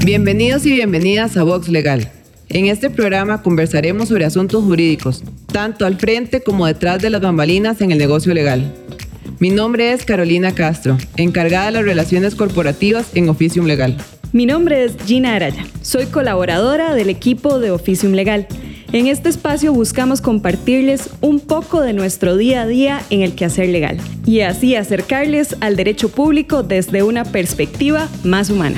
Bienvenidos y bienvenidas a Vox Legal. En este programa conversaremos sobre asuntos jurídicos, tanto al frente como detrás de las bambalinas en el negocio legal. Mi nombre es Carolina Castro, encargada de las relaciones corporativas en Oficium Legal. Mi nombre es Gina Araya, soy colaboradora del equipo de Oficium Legal. En este espacio buscamos compartirles un poco de nuestro día a día en el quehacer legal y así acercarles al derecho público desde una perspectiva más humana.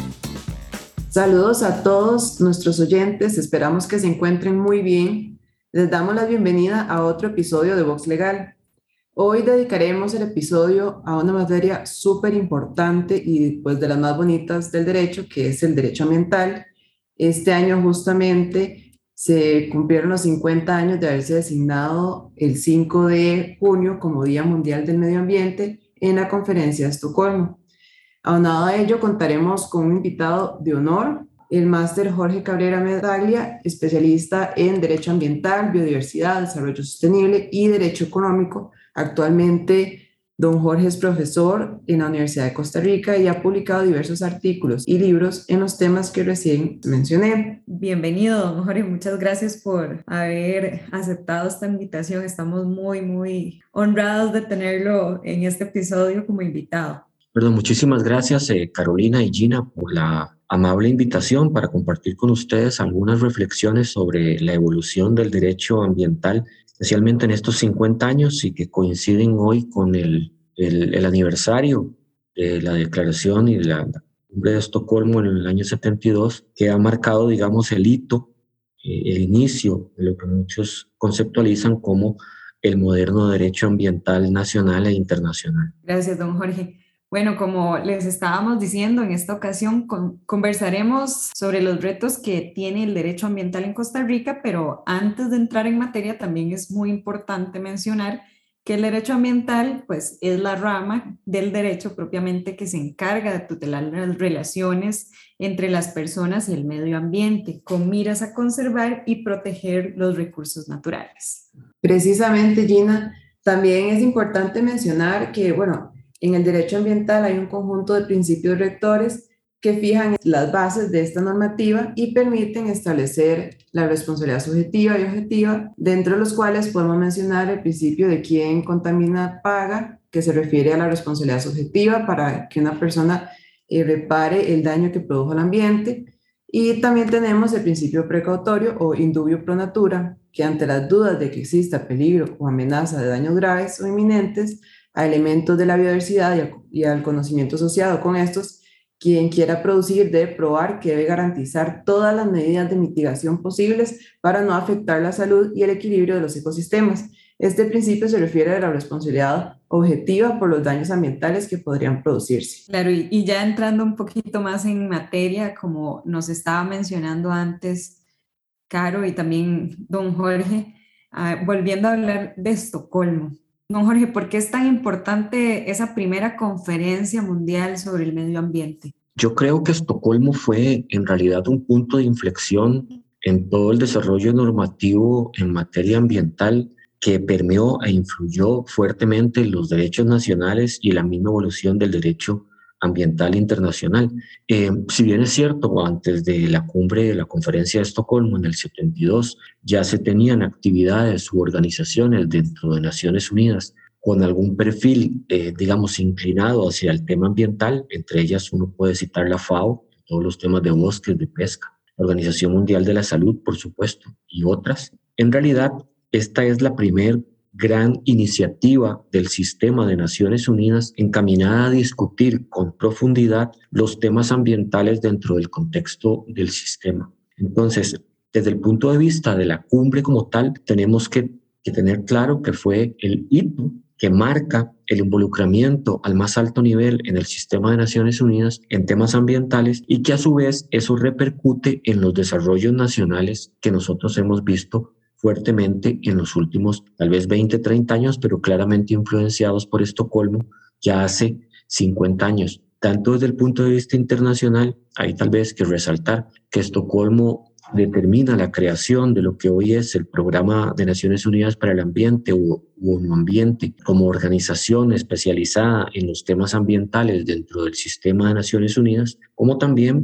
Saludos a todos nuestros oyentes, esperamos que se encuentren muy bien. Les damos la bienvenida a otro episodio de Vox Legal. Hoy dedicaremos el episodio a una materia súper importante y pues de las más bonitas del derecho, que es el derecho ambiental. Este año justamente se cumplieron los 50 años de haberse designado el 5 de junio como Día Mundial del Medio Ambiente en la Conferencia de Estocolmo. Aunado a ello, contaremos con un invitado de honor, el máster Jorge Cabrera Medaglia, especialista en Derecho Ambiental, Biodiversidad, Desarrollo Sostenible y Derecho Económico. Actualmente, don Jorge es profesor en la Universidad de Costa Rica y ha publicado diversos artículos y libros en los temas que recién mencioné. Bienvenido, don Jorge. Muchas gracias por haber aceptado esta invitación. Estamos muy honrados de tenerlo en este episodio como invitado. Perdón, muchísimas gracias Carolina y Gina por la amable invitación para compartir con ustedes algunas reflexiones sobre la evolución del derecho ambiental, especialmente en estos 50 años y que coinciden hoy con el aniversario de la declaración y de la cumbre de Estocolmo en el año 72, que ha marcado, digamos, el hito, el inicio de lo que muchos conceptualizan como el moderno derecho ambiental nacional e internacional. Gracias, don Jorge. Bueno, como les estábamos diciendo, en esta ocasión conversaremos sobre los retos que tiene el derecho ambiental en Costa Rica, pero antes de entrar en materia también es muy importante mencionar que el derecho ambiental pues, es la rama del derecho propiamente que se encarga de tutelar las relaciones entre las personas y el medio ambiente, con miras a conservar y proteger los recursos naturales. Precisamente, Gina, también es importante mencionar que, en el derecho ambiental hay un conjunto de principios rectores que fijan las bases de esta normativa y permiten establecer la responsabilidad subjetiva y objetiva, dentro de los cuales podemos mencionar el principio de quien contamina paga, que se refiere a la responsabilidad subjetiva para que una persona repare el daño que produjo al ambiente. Y también tenemos el principio precautorio o indubio pro natura, que ante las dudas de que exista peligro o amenaza de daños graves o inminentes a elementos de la biodiversidad y al conocimiento asociado con estos, quien quiera producir debe probar que debe garantizar todas las medidas de mitigación posibles para no afectar la salud y el equilibrio de los ecosistemas. Este principio se refiere a la responsabilidad objetiva por los daños ambientales que podrían producirse. Claro, y ya entrando un poquito más en materia, como nos estaba mencionando antes Caro y también don Jorge, volviendo a hablar de Estocolmo. Don Jorge, ¿por qué es tan importante esa primera conferencia mundial sobre el medio ambiente? Yo creo que Estocolmo fue en realidad un punto de inflexión en todo el desarrollo normativo en materia ambiental que permeó e influyó fuertemente en los derechos nacionales y la misma evolución del derecho ambiental internacional. Si bien es cierto, antes de la cumbre de la Conferencia de Estocolmo en el 72, ya se tenían actividades u organizaciones dentro de Naciones Unidas con algún perfil, digamos, inclinado hacia el tema ambiental. Entre ellas uno puede citar la FAO, todos los temas de bosques, de pesca, la Organización Mundial de la Salud, por supuesto, y otras. En realidad, esta es la primera gran iniciativa del sistema de Naciones Unidas encaminada a discutir con profundidad los temas ambientales dentro del contexto del sistema. Entonces, desde el punto de vista de la cumbre como tal, tenemos que tener claro que fue el hito que marca el involucramiento al más alto nivel en el sistema de Naciones Unidas en temas ambientales y que a su vez eso repercute en los desarrollos nacionales que nosotros hemos visto fuertemente en los últimos tal vez 20, 30 años, pero claramente influenciados por Estocolmo ya hace 50 años. Tanto desde el punto de vista internacional, hay tal vez que resaltar que Estocolmo determina la creación de lo que hoy es el Programa de Naciones Unidas para el Ambiente o ONU Ambiente como organización especializada en los temas ambientales dentro del sistema de Naciones Unidas, como también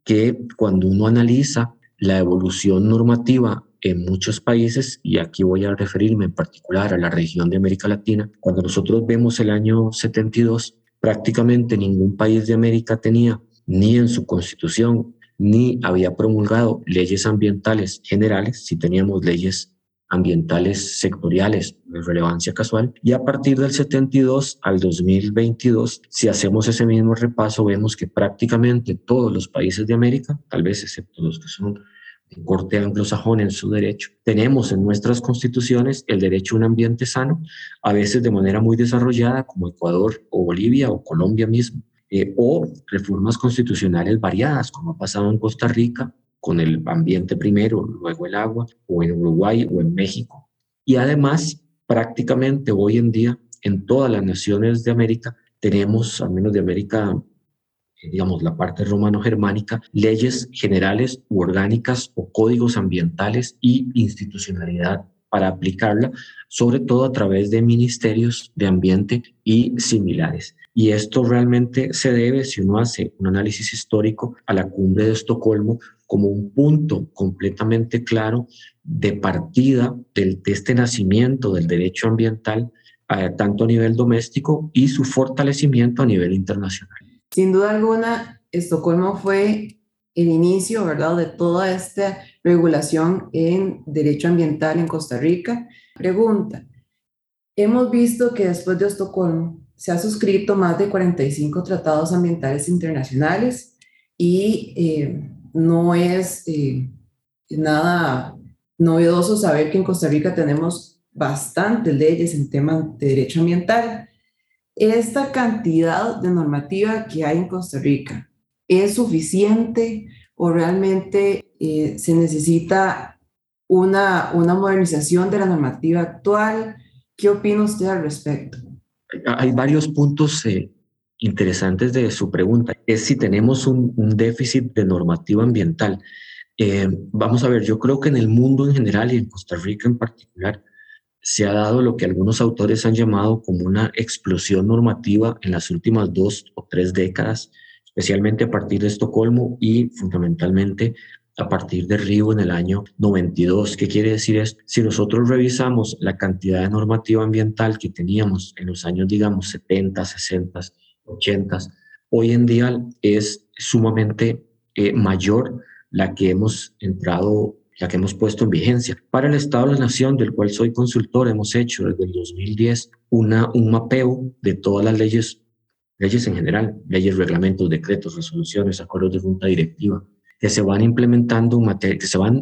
que cuando uno analiza la evolución normativa en muchos países, y aquí voy a referirme en particular a la región de América Latina, cuando nosotros vemos el año 72, prácticamente ningún país de América tenía ni en su constitución ni había promulgado leyes ambientales generales, si teníamos leyes ambientales sectoriales de relevancia casual, y a partir del 72 al 2022, si hacemos ese mismo repaso, vemos que prácticamente todos los países de América, tal vez excepto los que son de corte anglosajón en su derecho, tenemos en nuestras constituciones el derecho a un ambiente sano, a veces de manera muy desarrollada, como Ecuador o Bolivia o Colombia mismo, o reformas constitucionales variadas, como ha pasado en Costa Rica, con el ambiente primero, luego el agua, o en Uruguay o en México. Y además, prácticamente hoy en día, en todas las naciones de América, tenemos, al menos de América, digamos, la parte romano-germánica, leyes generales u orgánicas o códigos ambientales y institucionalidad para aplicarla, sobre todo a través de ministerios de ambiente y similares. Y esto realmente se debe, si uno hace un análisis histórico, a la Cumbre de Estocolmo como un punto completamente claro de partida de este nacimiento del derecho ambiental, tanto a nivel doméstico y su fortalecimiento a nivel internacional. Sin duda alguna, Estocolmo fue el inicio, ¿verdad?, de toda esta regulación en derecho ambiental en Costa Rica. Pregunta, hemos visto que después de Estocolmo se ha suscrito más de 45 tratados ambientales internacionales y no es nada novedoso saber que en Costa Rica tenemos bastantes leyes en temas de derecho ambiental. ¿Esta cantidad de normativa que hay en Costa Rica es suficiente o realmente se necesita una modernización de la normativa actual? ¿Qué opina usted al respecto? Hay varios puntos interesantes de su pregunta. Es si tenemos un déficit de normativa ambiental. Vamos a ver, yo creo que en el mundo en general y en Costa Rica en particular, se ha dado lo que algunos autores han llamado como una explosión normativa en las últimas 2 o 3 décadas, especialmente a partir de Estocolmo y fundamentalmente a partir de Río en el año 92. ¿Qué quiere decir esto? Si nosotros revisamos la cantidad de normativa ambiental que teníamos en los años, digamos, 70, 60, 80, hoy en día es sumamente mayor la que hemos puesto en vigencia. Para el Estado de la Nación, del cual soy consultor, hemos hecho desde el 2010 un mapeo de todas las leyes en general, leyes, reglamentos, decretos, resoluciones, acuerdos de junta directiva, que se van implementando, que se van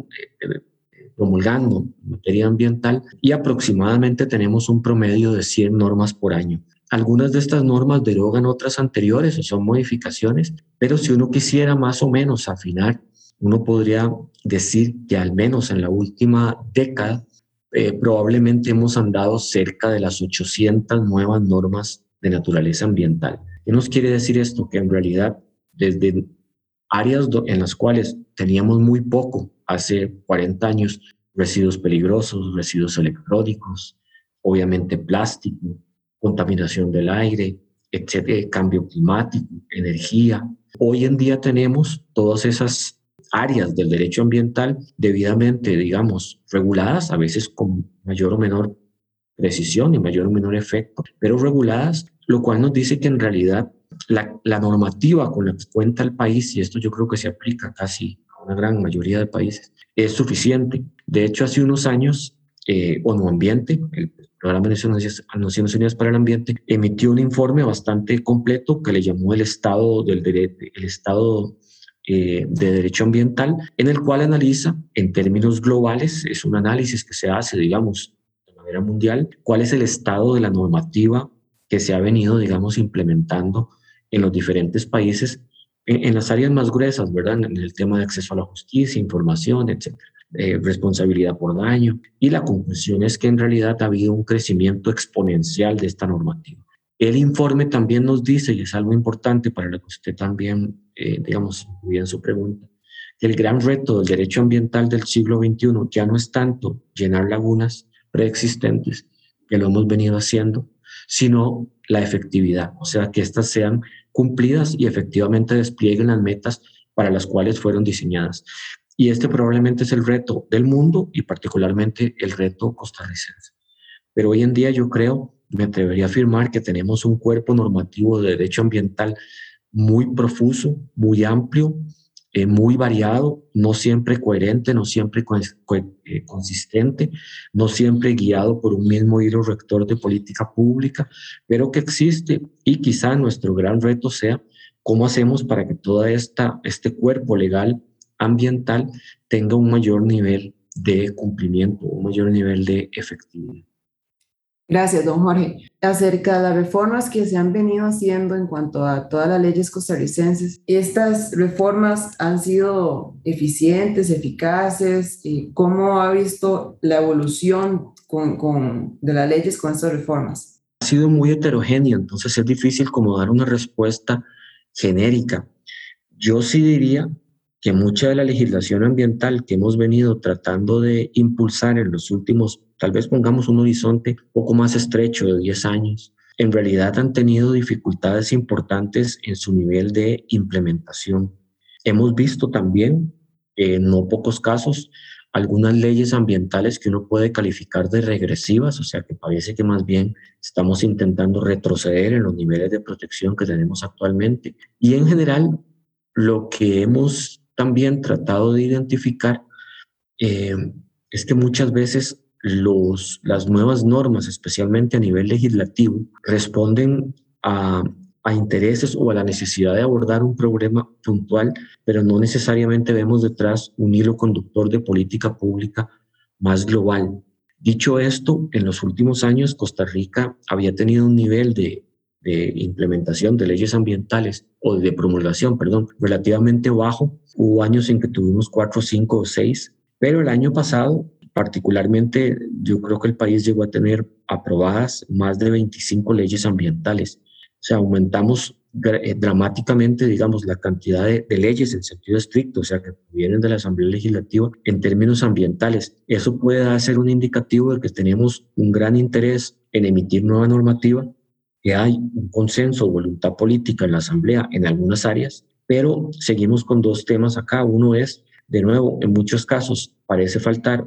promulgando en materia ambiental, y aproximadamente tenemos un promedio de 100 normas por año. Algunas de estas normas derogan otras anteriores o son modificaciones, pero si uno quisiera más o menos afinar, uno podría decir que al menos en la última década probablemente hemos andado cerca de las 800 nuevas normas de naturaleza ambiental. ¿Qué nos quiere decir esto? Que en realidad desde áreas en las cuales teníamos muy poco, hace 40 años, residuos peligrosos, residuos electrónicos, obviamente plástico, contaminación del aire, etcétera, cambio climático, energía. Hoy en día tenemos todas esas áreas del derecho ambiental debidamente, digamos, reguladas, a veces con mayor o menor precisión y mayor o menor efecto, pero reguladas, lo cual nos dice que en realidad la normativa con la que cuenta el país, y esto yo creo que se aplica casi a una gran mayoría de países, es suficiente. De hecho, hace unos años, ONU Ambiente, el Programa de Naciones Unidas para el Ambiente, emitió un informe bastante completo que le llamó el Estado de Derecho Ambiental, en el cual analiza en términos globales, es un análisis que se hace, digamos, de manera mundial, cuál es el estado de la normativa que se ha venido, digamos, implementando en los diferentes países, en las áreas más gruesas, ¿verdad? En el tema de acceso a la justicia, información, etcétera, responsabilidad por daño. Y la conclusión es que en realidad ha habido un crecimiento exponencial de esta normativa. El informe también nos dice, y es algo importante para lo que usted también, digamos, incluía en su pregunta, que el gran reto del derecho ambiental del siglo XXI ya no es tanto llenar lagunas preexistentes, que lo hemos venido haciendo, sino la efectividad, o sea, que éstas sean cumplidas y efectivamente desplieguen las metas para las cuales fueron diseñadas. Y este probablemente es el reto del mundo y particularmente el reto costarricense. Pero hoy en día yo creo, me atrevería a afirmar que tenemos un cuerpo normativo de derecho ambiental muy profuso, muy amplio, muy variado, no siempre coherente, no siempre consistente, no siempre guiado por un mismo hilo rector de política pública, pero que existe, y quizá nuestro gran reto sea cómo hacemos para que este cuerpo legal ambiental tenga un mayor nivel de cumplimiento, un mayor nivel de efectividad. Gracias, don Jorge. Acerca de las reformas que se han venido haciendo en cuanto a todas las leyes costarricenses, ¿estas reformas han sido eficientes, eficaces? ¿Y cómo ha visto la evolución de las leyes con estas reformas? Ha sido muy heterogéneo, entonces es difícil como dar una respuesta genérica. Yo sí diría que mucha de la legislación ambiental que hemos venido tratando de impulsar en los últimos, tal vez pongamos un horizonte un poco más estrecho de 10 años, en realidad han tenido dificultades importantes en su nivel de implementación. Hemos visto también, en no pocos casos, algunas leyes ambientales que uno puede calificar de regresivas, o sea que parece que más bien estamos intentando retroceder en los niveles de protección que tenemos actualmente. Y en general, lo que hemos también tratado de identificar eh, es que muchas veces las nuevas normas, especialmente a nivel legislativo, responden a intereses o a la necesidad de abordar un problema puntual, pero no necesariamente vemos detrás un hilo conductor de política pública más global. Dicho esto, en los últimos años Costa Rica había tenido un nivel de implementación de leyes ambientales o de promulgación, perdón, relativamente bajo. Hubo años en que tuvimos 4, 5 o 6, pero el año pasado, particularmente, yo creo que el país llegó a tener aprobadas más de 25 leyes ambientales. O sea, aumentamos dramáticamente, digamos, la cantidad de leyes en sentido estricto, o sea, que vienen de la Asamblea Legislativa en términos ambientales. Eso puede ser un indicativo de que tenemos un gran interés en emitir nueva normativa, que hay un consenso o voluntad política en la Asamblea en algunas áreas, pero seguimos con dos temas acá. Uno es, de nuevo, en muchos casos parece faltar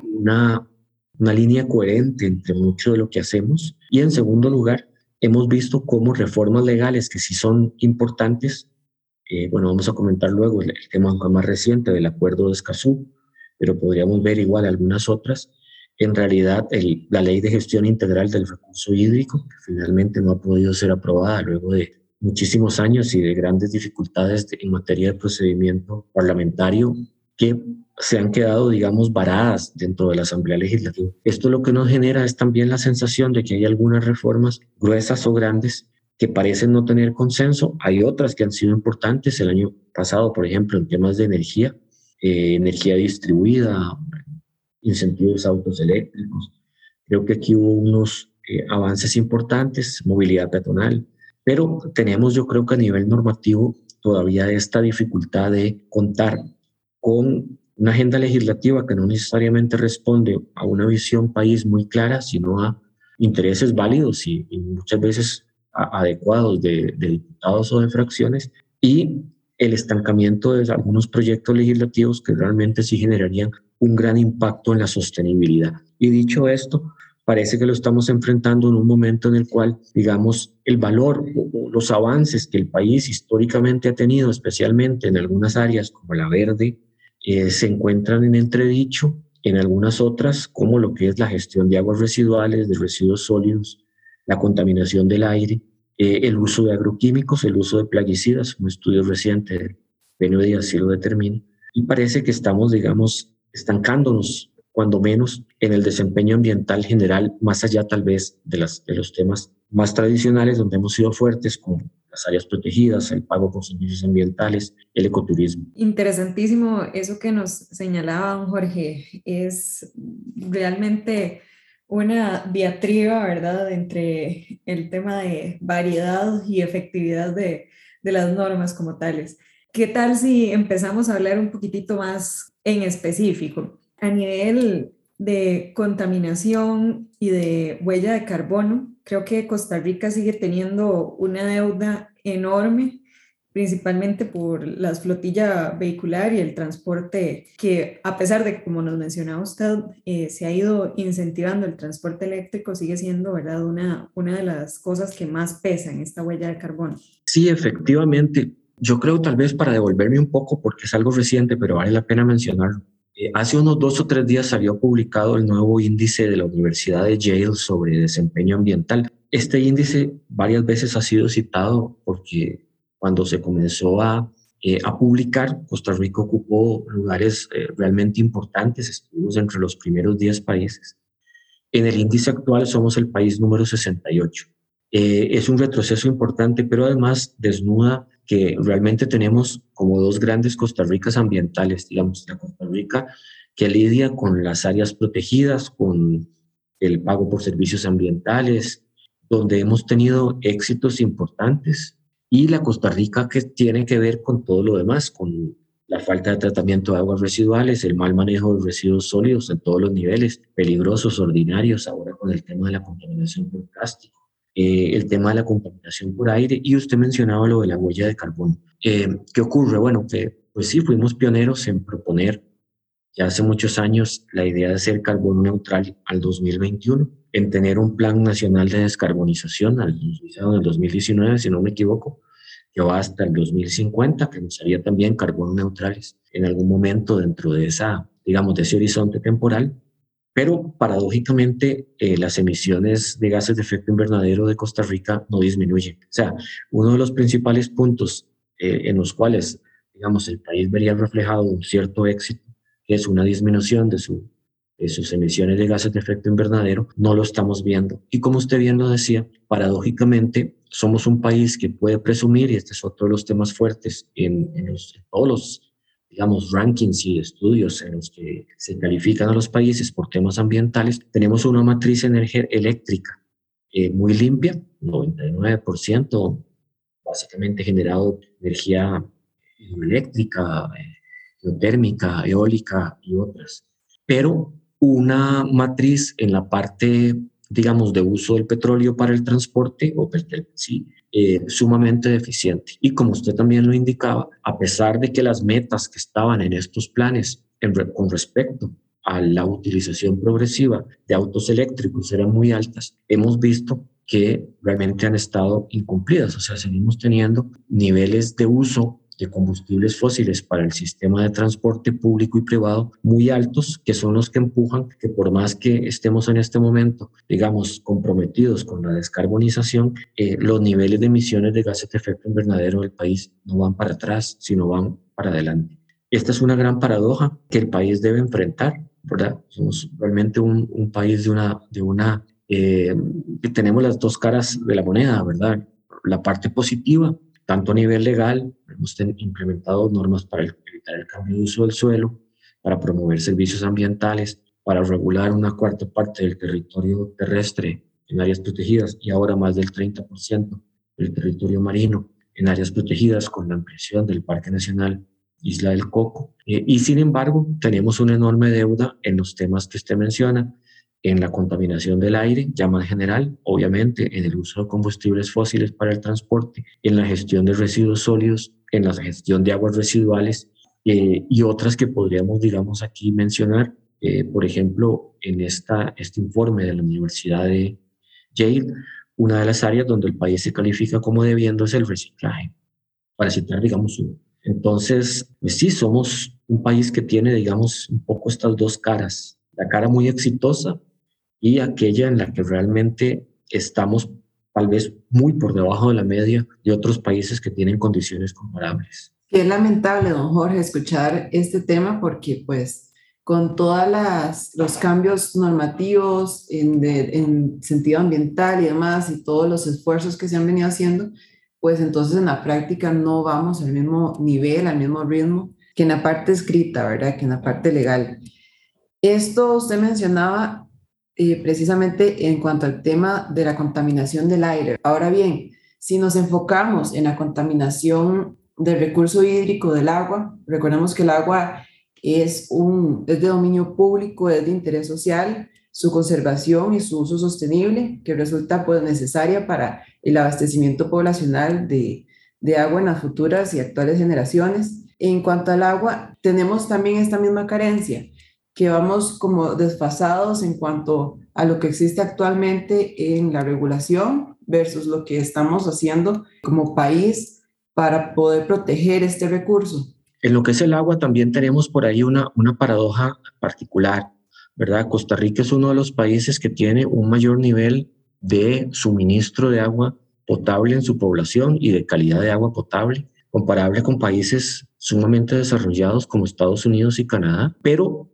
una línea coherente entre mucho de lo que hacemos. Y en segundo lugar, hemos visto cómo reformas legales que sí son importantes, bueno, vamos a comentar luego el tema más reciente del acuerdo de Escazú, pero podríamos ver igual algunas otras. En realidad, la ley de gestión integral del recurso hídrico, que finalmente no ha podido ser aprobada luego de muchísimos años y de grandes dificultades en materia de procedimiento parlamentario, que se han quedado, digamos, varadas dentro de la Asamblea Legislativa. Esto lo que nos genera es también la sensación de que hay algunas reformas gruesas o grandes que parecen no tener consenso. Hay otras que han sido importantes. El año pasado, por ejemplo, en temas de energía distribuida, incentivos a autos eléctricos. Creo que aquí hubo unos avances importantes, movilidad peatonal, pero tenemos, yo creo que a nivel normativo todavía esta dificultad de contar con una agenda legislativa que no necesariamente responde a una visión país muy clara, sino a intereses válidos y muchas veces adecuados de diputados o de fracciones, y el estancamiento de algunos proyectos legislativos que realmente sí generarían un gran impacto en la sostenibilidad. Y dicho esto, parece que lo estamos enfrentando en un momento en el cual, digamos, el valor o los avances que el país históricamente ha tenido, especialmente en algunas áreas como la verde, se encuentran en entredicho en algunas otras, como lo que es la gestión de aguas residuales, de residuos sólidos, la contaminación del aire, el uso de agroquímicos, el uso de plaguicidas. Un estudio reciente de Benio Díaz sí lo determina. Y parece que estamos, digamos, estancándonos, cuando menos, en el desempeño ambiental general, más allá tal vez de los temas más tradicionales donde hemos sido fuertes, como las áreas protegidas, el pago por servicios ambientales, el ecoturismo. Interesantísimo eso que nos señalaba don Jorge. Es realmente una diatriba, ¿verdad?, entre el tema de variedad y efectividad de las normas como tales. ¿Qué tal si empezamos a hablar un poquitito más en específico? A nivel de contaminación y de huella de carbono, creo que Costa Rica sigue teniendo una deuda enorme principalmente por la flotilla vehicular y el transporte, que a pesar de que, como nos mencionaba usted, se ha ido incentivando el transporte eléctrico, sigue siendo, ¿verdad?, una de las cosas que más pesa en esta huella de carbono. Sí, efectivamente. Yo creo tal vez para devolverme un poco, porque es algo reciente, pero vale la pena mencionarlo. Hace unos 2 o 3 días salió publicado el nuevo índice de la Universidad de Yale sobre desempeño ambiental. Este índice varias veces ha sido citado porque cuando se comenzó a publicar, Costa Rica ocupó lugares realmente importantes, estuvimos entre los primeros 10 países. En el índice actual somos el país número 68. Es un retroceso importante, pero además desnuda que realmente tenemos como dos grandes Costa Ricas ambientales, digamos, la Costa Rica que lidia con las áreas protegidas, con el pago por servicios ambientales, donde hemos tenido éxitos importantes, y la Costa Rica que tiene que ver con todo lo demás, con la falta de tratamiento de aguas residuales, el mal manejo de residuos sólidos en todos los niveles, peligrosos, ordinarios, ahora con el tema de la contaminación por plástico, el tema de la contaminación por aire, y usted mencionaba lo de la huella de carbono. ¿Qué ocurre? Bueno, que pues sí, fuimos pioneros en proponer ya hace muchos años la idea de ser carbono neutral al 2021, en tener un plan nacional de descarbonización al iniciado en el 2019, si no me equivoco, que va hasta el 2050, que nos haría también carbono neutrales en algún momento dentro de esa, digamos, de ese horizonte temporal. Pero paradójicamente las emisiones de gases de efecto invernadero de Costa Rica no disminuyen. O sea, uno de los principales puntos en los cuales, digamos, el país vería reflejado un cierto éxito, que es una disminución de sus emisiones de gases de efecto invernadero, no lo estamos viendo. Y como usted bien lo decía, paradójicamente somos un país que puede presumir, y este es otro de los temas fuertes en todos los, digamos, rankings y estudios en los que se califican a los países por temas ambientales, tenemos una matriz eléctrica muy limpia, 99%, básicamente generado energía hidroeléctrica, geotérmica, eólica y otras. Pero una matriz en la parte, digamos, de uso del petróleo para el transporte, o sí, sumamente deficiente. Y como usted también lo indicaba, a pesar de que las metas que estaban en estos planes con respecto a la utilización progresiva de autos eléctricos eran muy altas, hemos visto que realmente han estado incumplidas. O sea, seguimos teniendo niveles de uso de combustibles fósiles para el sistema de transporte público y privado muy altos, que son los que empujan que por más que estemos en este momento, digamos, comprometidos con la descarbonización, los niveles de emisiones de gases de efecto invernadero del país no van para atrás, sino van para adelante. Esta es una gran paradoja que el país debe enfrentar, ¿verdad? Somos realmente un país que tenemos las dos caras de la moneda, ¿verdad? La parte positiva, tanto a nivel legal, hemos implementado normas para evitar el cambio de uso del suelo, para promover servicios ambientales, para regular una cuarta parte del territorio terrestre en áreas protegidas y ahora más del 30% del territorio marino en áreas protegidas con la ampliación del Parque Nacional Isla del Coco. Y sin embargo, tenemos una enorme deuda en los temas que usted menciona, en la contaminación del aire, ya más general, obviamente, en el uso de combustibles fósiles para el transporte, en la gestión de residuos sólidos, en la gestión de aguas residuales y otras que podríamos, digamos, aquí mencionar. Por ejemplo, en este informe de la Universidad de Yale, una de las áreas donde el país se califica como debiendo es el reciclaje, para citar, digamos, uno. Entonces, pues sí, somos un país que tiene, digamos, un poco estas dos caras, la cara muy exitosa y aquella en la que realmente estamos tal vez muy por debajo de la media de otros países que tienen condiciones comparables. Qué lamentable, don Jorge, escuchar este tema porque pues con todos los cambios normativos en sentido ambiental y demás y todos los esfuerzos que se han venido haciendo, pues entonces en la práctica no vamos al mismo nivel, al mismo ritmo que en la parte escrita, ¿verdad? Que en la parte legal. Esto usted mencionaba precisamente en cuanto al tema de la contaminación del aire. Ahora bien, si nos enfocamos en la contaminación del recurso hídrico del agua, recordemos que el agua es de dominio público, es de interés social, su conservación y su uso sostenible, que resulta pues necesaria para el abastecimiento poblacional de de agua en las futuras y actuales generaciones. En cuanto al agua, tenemos también esta misma carencia, que vamos como desfasados en cuanto a lo que existe actualmente en la regulación versus lo que estamos haciendo como país para poder proteger este recurso. En lo que es el agua también tenemos por ahí una paradoja particular, ¿verdad? Costa Rica es uno de los países que tiene un mayor nivel de suministro de agua potable en su población y de calidad de agua potable, comparable con países sumamente desarrollados como Estados Unidos y Canadá, pero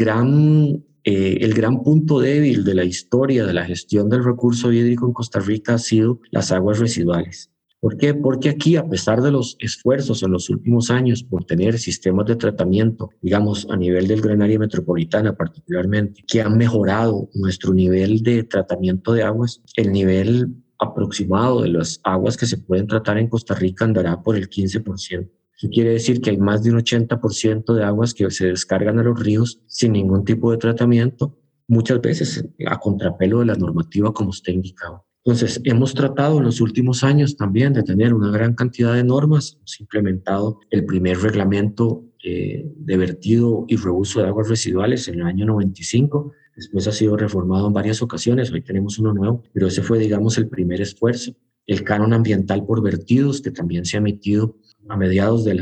el gran punto débil de la historia de la gestión del recurso hídrico en Costa Rica ha sido las aguas residuales. ¿Por qué? Porque aquí, a pesar de los esfuerzos en los últimos años por tener sistemas de tratamiento, digamos, a nivel del Gran Área Metropolitana particularmente, que han mejorado nuestro nivel de tratamiento de aguas, el nivel aproximado de las aguas que se pueden tratar en Costa Rica andará por el 15%. Eso quiere decir que hay más de un 80% de aguas que se descargan a los ríos sin ningún tipo de tratamiento, muchas veces a contrapelo de la normativa como usted indicaba. Entonces, hemos tratado en los últimos años también de tener una gran cantidad de normas. Hemos implementado el primer reglamento de vertido y reuso de aguas residuales en el año 95. Después ha sido reformado en varias ocasiones. Hoy tenemos uno nuevo, pero ese fue, digamos, el primer esfuerzo. El canon ambiental por vertidos, que también se ha emitido a mediados de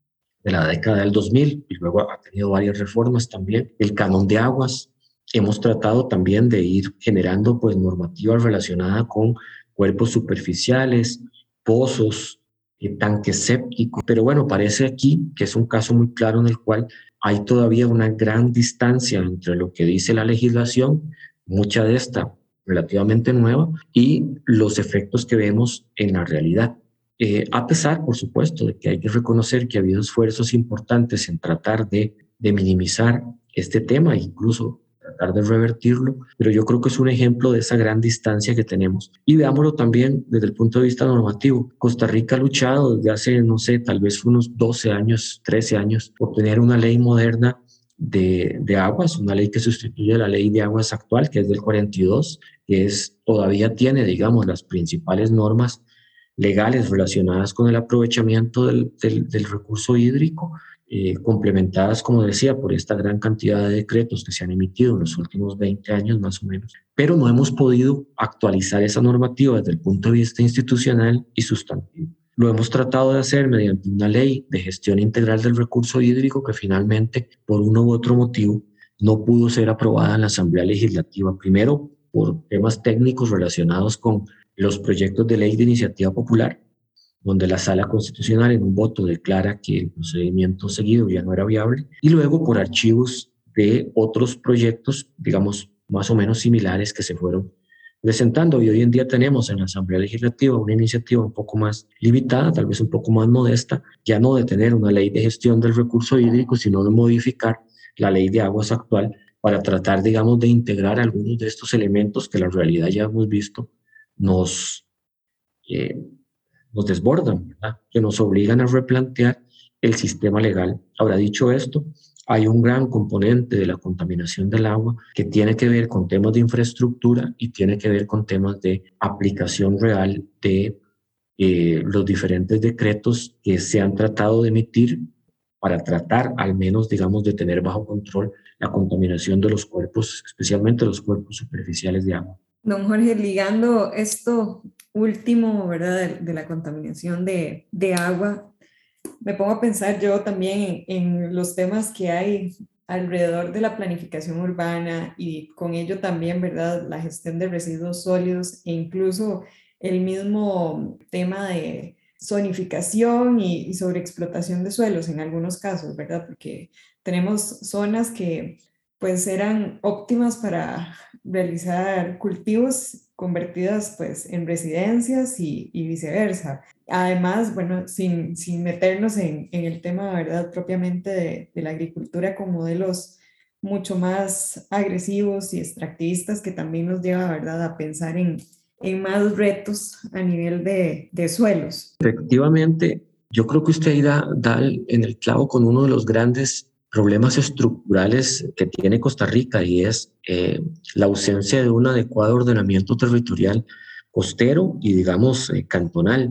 la década del 2000 y luego ha tenido varias reformas también. El canon de aguas. Hemos tratado también de ir generando pues normativa relacionada con cuerpos superficiales, pozos, tanques sépticos. Pero bueno, parece aquí que es un caso muy claro en el cual hay todavía una gran distancia entre lo que dice la legislación, mucha de esta relativamente nueva, y los efectos que vemos en la realidad. A pesar, por supuesto, de que hay que reconocer que ha habido esfuerzos importantes en tratar de minimizar este tema, incluso tratar de revertirlo, pero yo creo que es un ejemplo de esa gran distancia que tenemos. Y veámoslo también desde el punto de vista normativo. Costa Rica ha luchado desde hace, no sé, tal vez unos 12 años, 13 años, por tener una ley moderna de aguas, una ley que sustituye a la ley de aguas actual, que es del 42, que todavía tiene, digamos, las principales normas legales relacionadas con el aprovechamiento del recurso hídrico, complementadas, como decía, por esta gran cantidad de decretos que se han emitido en los últimos 20 años más o menos, pero no hemos podido actualizar esa normativa desde el punto de vista institucional y sustantivo. Lo hemos tratado de hacer mediante una ley de gestión integral del recurso hídrico que finalmente, por uno u otro motivo, no pudo ser aprobada en la Asamblea Legislativa. Primero, por temas técnicos relacionados con los proyectos de ley de iniciativa popular, donde la Sala Constitucional en un voto declara que el procedimiento seguido ya no era viable, y luego por archivos de otros proyectos, digamos, más o menos similares que se fueron presentando. Y hoy en día tenemos en la Asamblea Legislativa una iniciativa un poco más limitada, tal vez un poco más modesta, ya no de tener una ley de gestión del recurso hídrico, sino de modificar la ley de aguas actual para tratar, digamos, de integrar algunos de estos elementos que la realidad ya hemos visto nos desbordan, ¿verdad? Que nos obligan a replantear el sistema legal. Ahora, dicho esto, hay un gran componente de la contaminación del agua que tiene que ver con temas de infraestructura y tiene que ver con temas de aplicación real de los diferentes decretos que se han tratado de emitir para tratar al menos, digamos, de tener bajo control la contaminación de los cuerpos, especialmente los cuerpos superficiales de agua. Don Jorge, ligando esto último, ¿verdad? De la contaminación de agua, me pongo a pensar yo también en los temas que hay alrededor de la planificación urbana y con ello también, ¿verdad? La gestión de residuos sólidos e incluso el mismo tema de zonificación y sobreexplotación de suelos en algunos casos, ¿verdad? Porque tenemos zonas que pues eran óptimas para realizar cultivos convertidas pues en residencias y viceversa. Además, bueno, sin meternos en el tema, ¿verdad?, propiamente de la agricultura con modelos mucho más agresivos y extractivistas que también nos lleva, ¿verdad?, a pensar en más retos a nivel de suelos. Efectivamente, yo creo que usted ahí da en el clavo con uno de los grandes problemas estructurales que tiene Costa Rica y es la ausencia de un adecuado ordenamiento territorial costero y, digamos, cantonal.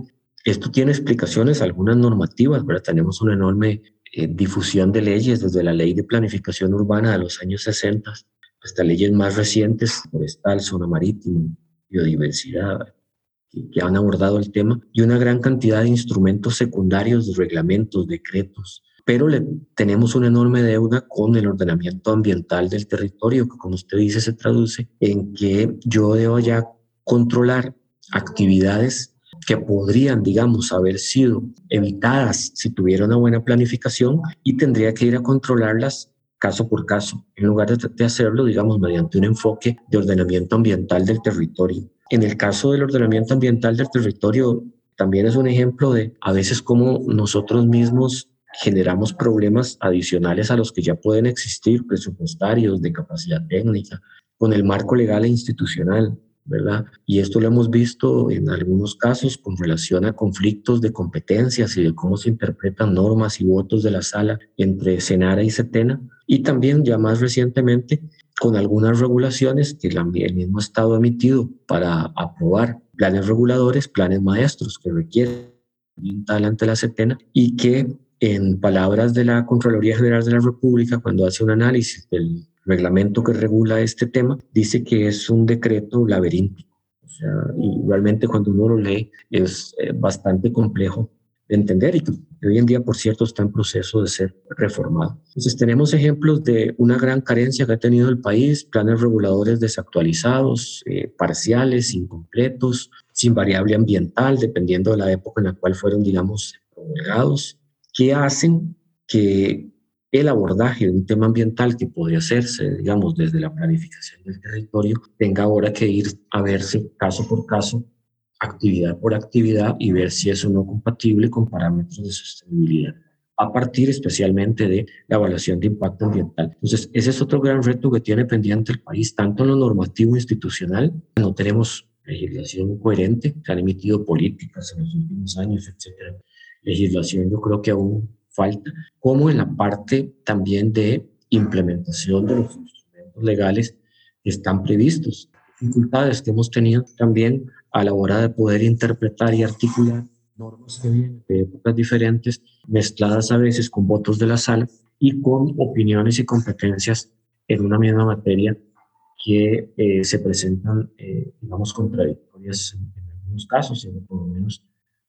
Esto tiene explicaciones, algunas normativas, ¿verdad? Tenemos una enorme difusión de leyes, desde la Ley de Planificación Urbana de los años 60 hasta leyes más recientes, forestal, zona marítima, biodiversidad, que han abordado el tema, y una gran cantidad de instrumentos secundarios, de reglamentos, decretos. Pero tenemos una enorme deuda con el ordenamiento ambiental del territorio, que como usted dice se traduce en que yo debo ya controlar actividades que podrían, digamos, haber sido evitadas si tuviera una buena planificación, y tendría que ir a controlarlas caso por caso, en lugar de hacerlo, digamos, mediante un enfoque de ordenamiento ambiental del territorio. En el caso del ordenamiento ambiental del territorio, también es un ejemplo de a veces cómo nosotros mismos generamos problemas adicionales a los que ya pueden existir, presupuestarios, de capacidad técnica, con el marco legal e institucional, ¿verdad? Y esto lo hemos visto en algunos casos con relación a conflictos de competencias y de cómo se interpretan normas y votos de la sala entre Senara y Setena, y también ya más recientemente con algunas regulaciones que el mismo Estado ha emitido para aprobar planes reguladores, planes maestros que requieren ambiental ante la Setena, y que en palabras de la Contraloría General de la República, cuando hace un análisis del reglamento que regula este tema, dice que es un decreto laberíntico. O sea, y realmente cuando uno lo lee es bastante complejo de entender, y que hoy en día, por cierto, está en proceso de ser reformado. Entonces tenemos ejemplos de una gran carencia que ha tenido el país, planes reguladores desactualizados, parciales, incompletos, sin variable ambiental, dependiendo de la época en la cual fueron, digamos, promulgados, que hacen que el abordaje de un tema ambiental que podría hacerse, digamos, desde la planificación del territorio, tenga ahora que ir a verse caso por caso, actividad por actividad, y ver si es o no compatible con parámetros de sostenibilidad, a partir especialmente de la evaluación de impacto ambiental. Entonces, ese es otro gran reto que tiene pendiente el país, tanto en lo normativo institucional, no tenemos legislación coherente, se han emitido políticas en los últimos años, etcétera. Legislación yo creo que aún falta, como en la parte también de implementación de los instrumentos legales que están previstos. Dificultades que hemos tenido también a la hora de poder interpretar y articular normas que vienen de épocas diferentes, mezcladas a veces con votos de la sala y con opiniones y competencias en una misma materia que se presentan, digamos, contradictorias en algunos casos, y por lo menos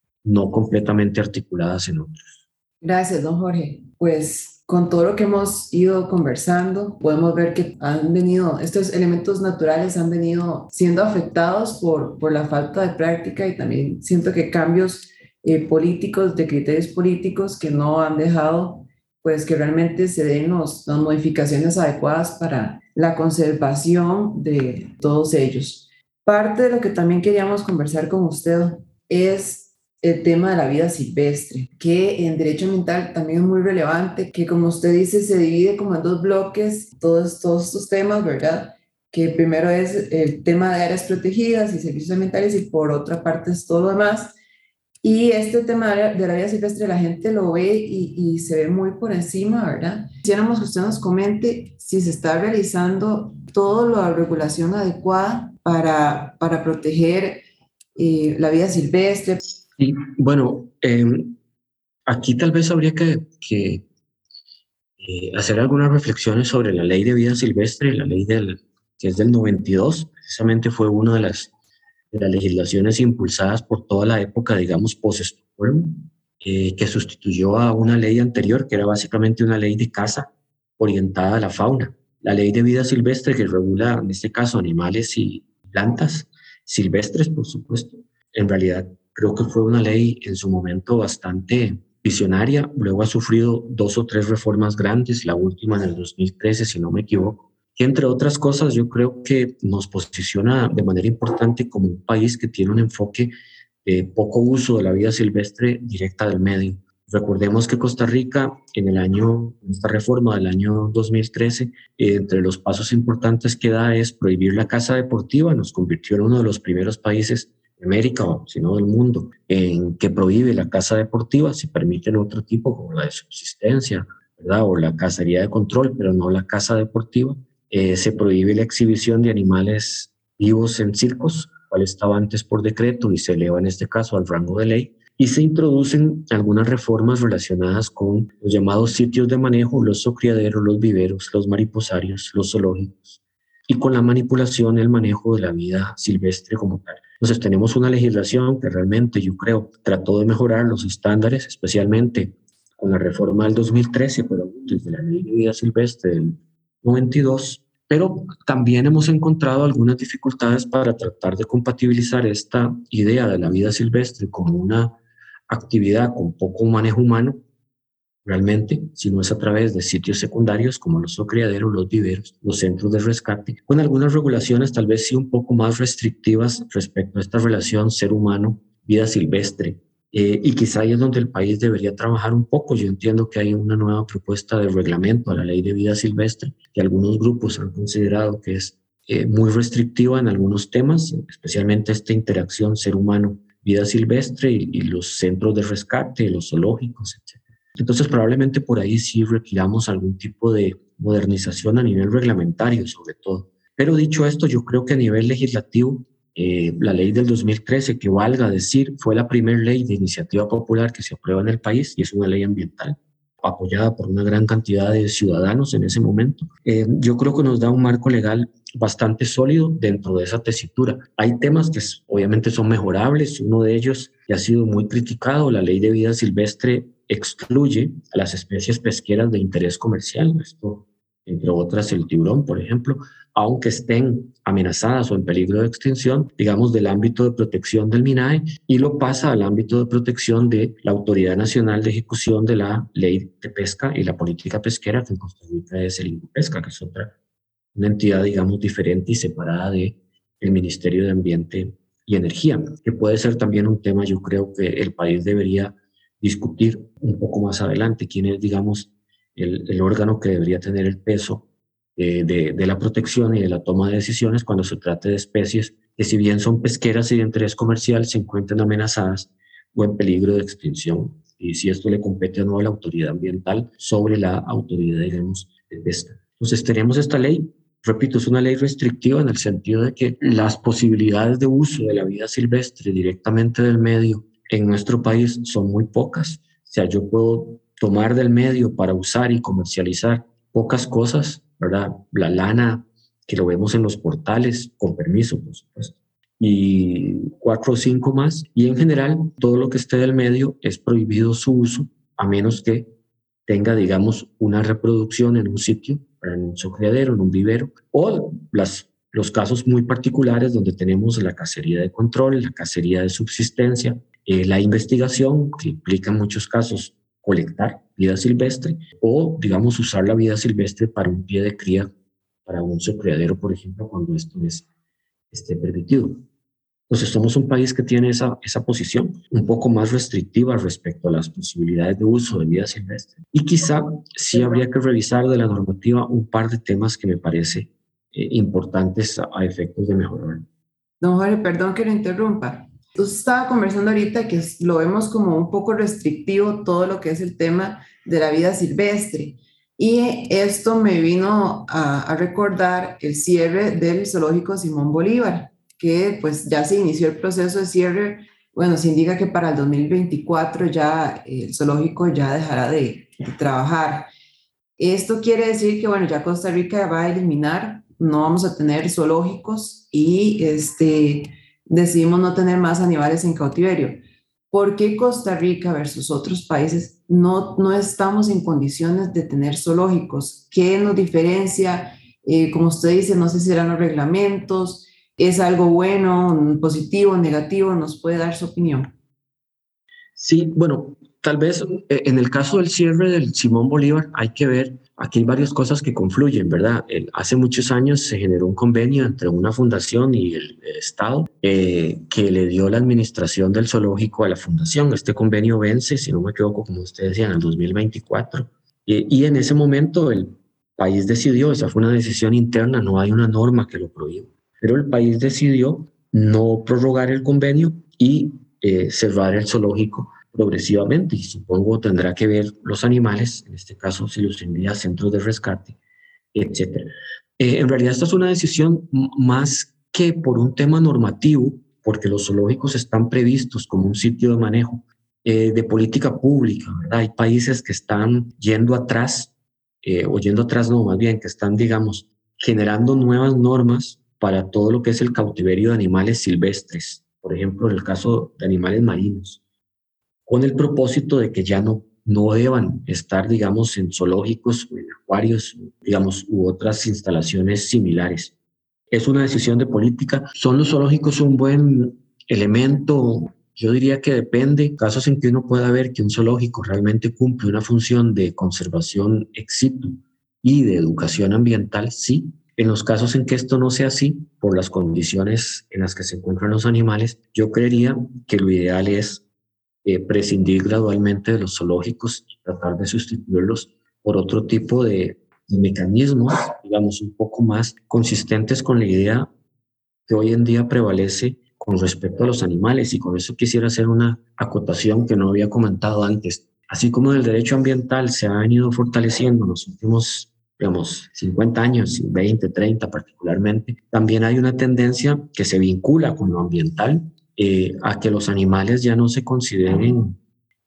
no completamente articuladas en otros. Gracias, don Jorge. Pues con todo lo que hemos ido conversando, podemos ver que estos elementos naturales han venido siendo afectados por la falta de práctica, y también siento que cambios políticos, de criterios políticos que no han dejado pues que realmente se den las modificaciones adecuadas para la conservación de todos ellos. Parte de lo que también queríamos conversar con usted es el tema de la vida silvestre, que en derecho ambiental también es muy relevante, que como usted dice se divide como en dos bloques, todos estos temas, ¿verdad? Que primero es el tema de áreas protegidas y servicios ambientales, y por otra parte es todo lo demás. Y este tema de la vida silvestre la gente lo ve y se ve muy por encima, ¿verdad? Quisiéramos que usted nos comente si se está realizando toda la regulación adecuada para proteger la vida silvestre. Y bueno, aquí tal vez habría que hacer algunas reflexiones sobre la ley de vida silvestre, la ley que es del 92, precisamente fue una de las legislaciones impulsadas por toda la época, digamos, post-Estocolmo, que sustituyó a una ley anterior, que era básicamente una ley de caza orientada a la fauna. La ley de vida silvestre, que regula, en este caso, animales y plantas silvestres, por supuesto. En realidad, creo que fue una ley en su momento bastante visionaria. Luego ha sufrido 2 o 3 reformas grandes, la última en el 2013, si no me equivoco, que entre otras cosas yo creo que nos posiciona de manera importante como un país que tiene un enfoque de poco uso de la vida silvestre directa del medio. Recordemos que Costa Rica en esta reforma del año 2013, entre los pasos importantes que da es prohibir la caza deportiva. Nos convirtió en uno de los primeros países de América, o si no del mundo, en que prohíbe la caza deportiva. Se permiten otro tipo como la de subsistencia, ¿verdad? O la cacería de control, pero no la caza deportiva. Se prohíbe la exhibición de animales vivos en circos, cual estaba antes por decreto y se eleva en este caso al rango de ley. y se introducen algunas reformas relacionadas con los llamados sitios de manejo, los zocriaderos, los viveros, los mariposarios, los zoológicos, y con la manipulación y el manejo de la vida silvestre como tal. Entonces tenemos una legislación que realmente yo creo trató de mejorar los estándares, especialmente con la reforma del 2013, pero desde la Ley de Vida Silvestre del 92, pero también hemos encontrado algunas dificultades para tratar de compatibilizar esta idea de la vida silvestre como una actividad con poco manejo humano, realmente, si no es a través de sitios secundarios como los criaderos, los viveros, los centros de rescate, con algunas regulaciones tal vez sí un poco más restrictivas respecto a esta relación ser humano-vida silvestre. Y quizá ahí es donde el país debería trabajar un poco. Yo entiendo que hay una nueva propuesta de reglamento a la Ley de Vida Silvestre que algunos grupos han considerado que es muy restrictiva en algunos temas, especialmente esta interacción ser humano-vida silvestre y los centros de rescate, los zoológicos, etc. Entonces, probablemente por ahí sí requiramos algún tipo de modernización a nivel reglamentario, sobre todo. Pero dicho esto, yo creo que a nivel legislativo, la ley del 2013, que valga decir, fue la primera ley de iniciativa popular que se aprueba en el país y es una ley ambiental apoyada por una gran cantidad de ciudadanos en ese momento. Yo creo que nos da un marco legal bastante sólido dentro de esa tesitura. Hay temas que obviamente son mejorables. Uno de ellos que ha sido muy criticado, la ley de vida silvestre excluye a las especies pesqueras de interés comercial. Esto, entre otras, el tiburón, por ejemplo, aunque estén amenazadas o en peligro de extinción, digamos, del ámbito de protección del MINAE, y lo pasa al ámbito de protección de la Autoridad Nacional de Ejecución de la Ley de Pesca y la Política Pesquera, que en Costa Rica es el INCOPESCA, que es una entidad, digamos, diferente y separada del Ministerio de Ambiente y Energía, que puede ser también un tema, yo creo, que el país debería discutir un poco más adelante, quién es, digamos, el órgano que debería tener el peso de la protección y de la toma de decisiones cuando se trate de especies que, si bien son pesqueras y de interés comercial, se encuentran amenazadas o en peligro de extinción, y si esto le compete o no a la autoridad ambiental sobre la autoridad, digamos, de pesca. Entonces tenemos esta ley, repito, es una ley restrictiva en el sentido de que las posibilidades de uso de la vida silvestre directamente del medio en nuestro país son muy pocas. O sea, yo puedo tomar del medio para usar y comercializar pocas cosas, ¿verdad? La lana, que lo vemos en los portales, con permiso, por supuesto, y 4 o 5 más. Y en general, todo lo que esté del medio es prohibido su uso, a menos que tenga, digamos, una reproducción en un sitio, en un criadero, en un vivero, o los casos muy particulares donde tenemos la cacería de control, la cacería de subsistencia, la investigación, que implica en muchos casos colectar vida silvestre, o, digamos, usar la vida silvestre para un pie de cría, para un criadero, por ejemplo, cuando esto esté permitido. Entonces, somos un país que tiene esa posición un poco más restrictiva respecto a las posibilidades de uso de vida silvestre. Y quizá sí habría que revisar de la normativa un par de temas que me parece importantes a efectos de mejorar. Don Jorge, perdón que lo interrumpa. Usted estaba conversando ahorita que lo vemos como un poco restrictivo todo lo que es el tema de la vida silvestre. Y esto me vino a recordar el cierre del zoológico Simón Bolívar, que pues ya se inició el proceso de cierre. Bueno, se indica que para el 2024 ya el zoológico ya dejará de trabajar. Esto quiere decir que, bueno, ya Costa Rica va a eliminar, no vamos a tener zoológicos y decidimos no tener más animales en cautiverio. ¿Por qué Costa Rica versus otros países no estamos en condiciones de tener zoológicos? ¿Qué nos diferencia? Como usted dice, no sé si serán los reglamentos, ¿es algo bueno, positivo, negativo? ¿Nos puede dar su opinión? Sí, bueno, tal vez en el caso del cierre del Simón Bolívar hay que ver, aquí hay varias cosas que confluyen, ¿verdad? Hace muchos años se generó un convenio entre una fundación y el Estado que le dio la administración del zoológico a la fundación. Este convenio vence, si no me equivoco, como ustedes decían, en el 2024. Y en ese momento el país decidió, esa fue una decisión interna, no hay una norma que lo prohíba, pero el país decidió no prorrogar el convenio y cerrar el zoológico progresivamente, y supongo tendrá que ver los animales, en este caso si los envía a centros de rescate, etc. En realidad esta es una decisión más que por un tema normativo, porque los zoológicos están previstos como un sitio de manejo de política pública, ¿verdad? Hay países que están yendo atrás, o yendo atrás no, más bien que están, digamos, generando nuevas normas para todo lo que es el cautiverio de animales silvestres, por ejemplo, en el caso de animales marinos, con el propósito de que ya no deban estar, digamos, en zoológicos o en acuarios, digamos, u otras instalaciones similares. Es una decisión de política. ¿Son los zoológicos un buen elemento? Yo diría que depende. Casos en que uno pueda ver que un zoológico realmente cumple una función de conservación ex situ y de educación ambiental, sí. En los casos en que esto no sea así, por las condiciones en las que se encuentran los animales, yo creería que lo ideal es prescindir gradualmente de los zoológicos y tratar de sustituirlos por otro tipo de mecanismos, digamos, un poco más consistentes con la idea que hoy en día prevalece con respecto a los animales. Y con eso quisiera hacer una acotación que no había comentado antes. Así como el derecho ambiental se ha venido fortaleciendo en los últimos, digamos, 50 años, 20, 30 particularmente, también hay una tendencia que se vincula con lo ambiental, a que los animales ya no se consideren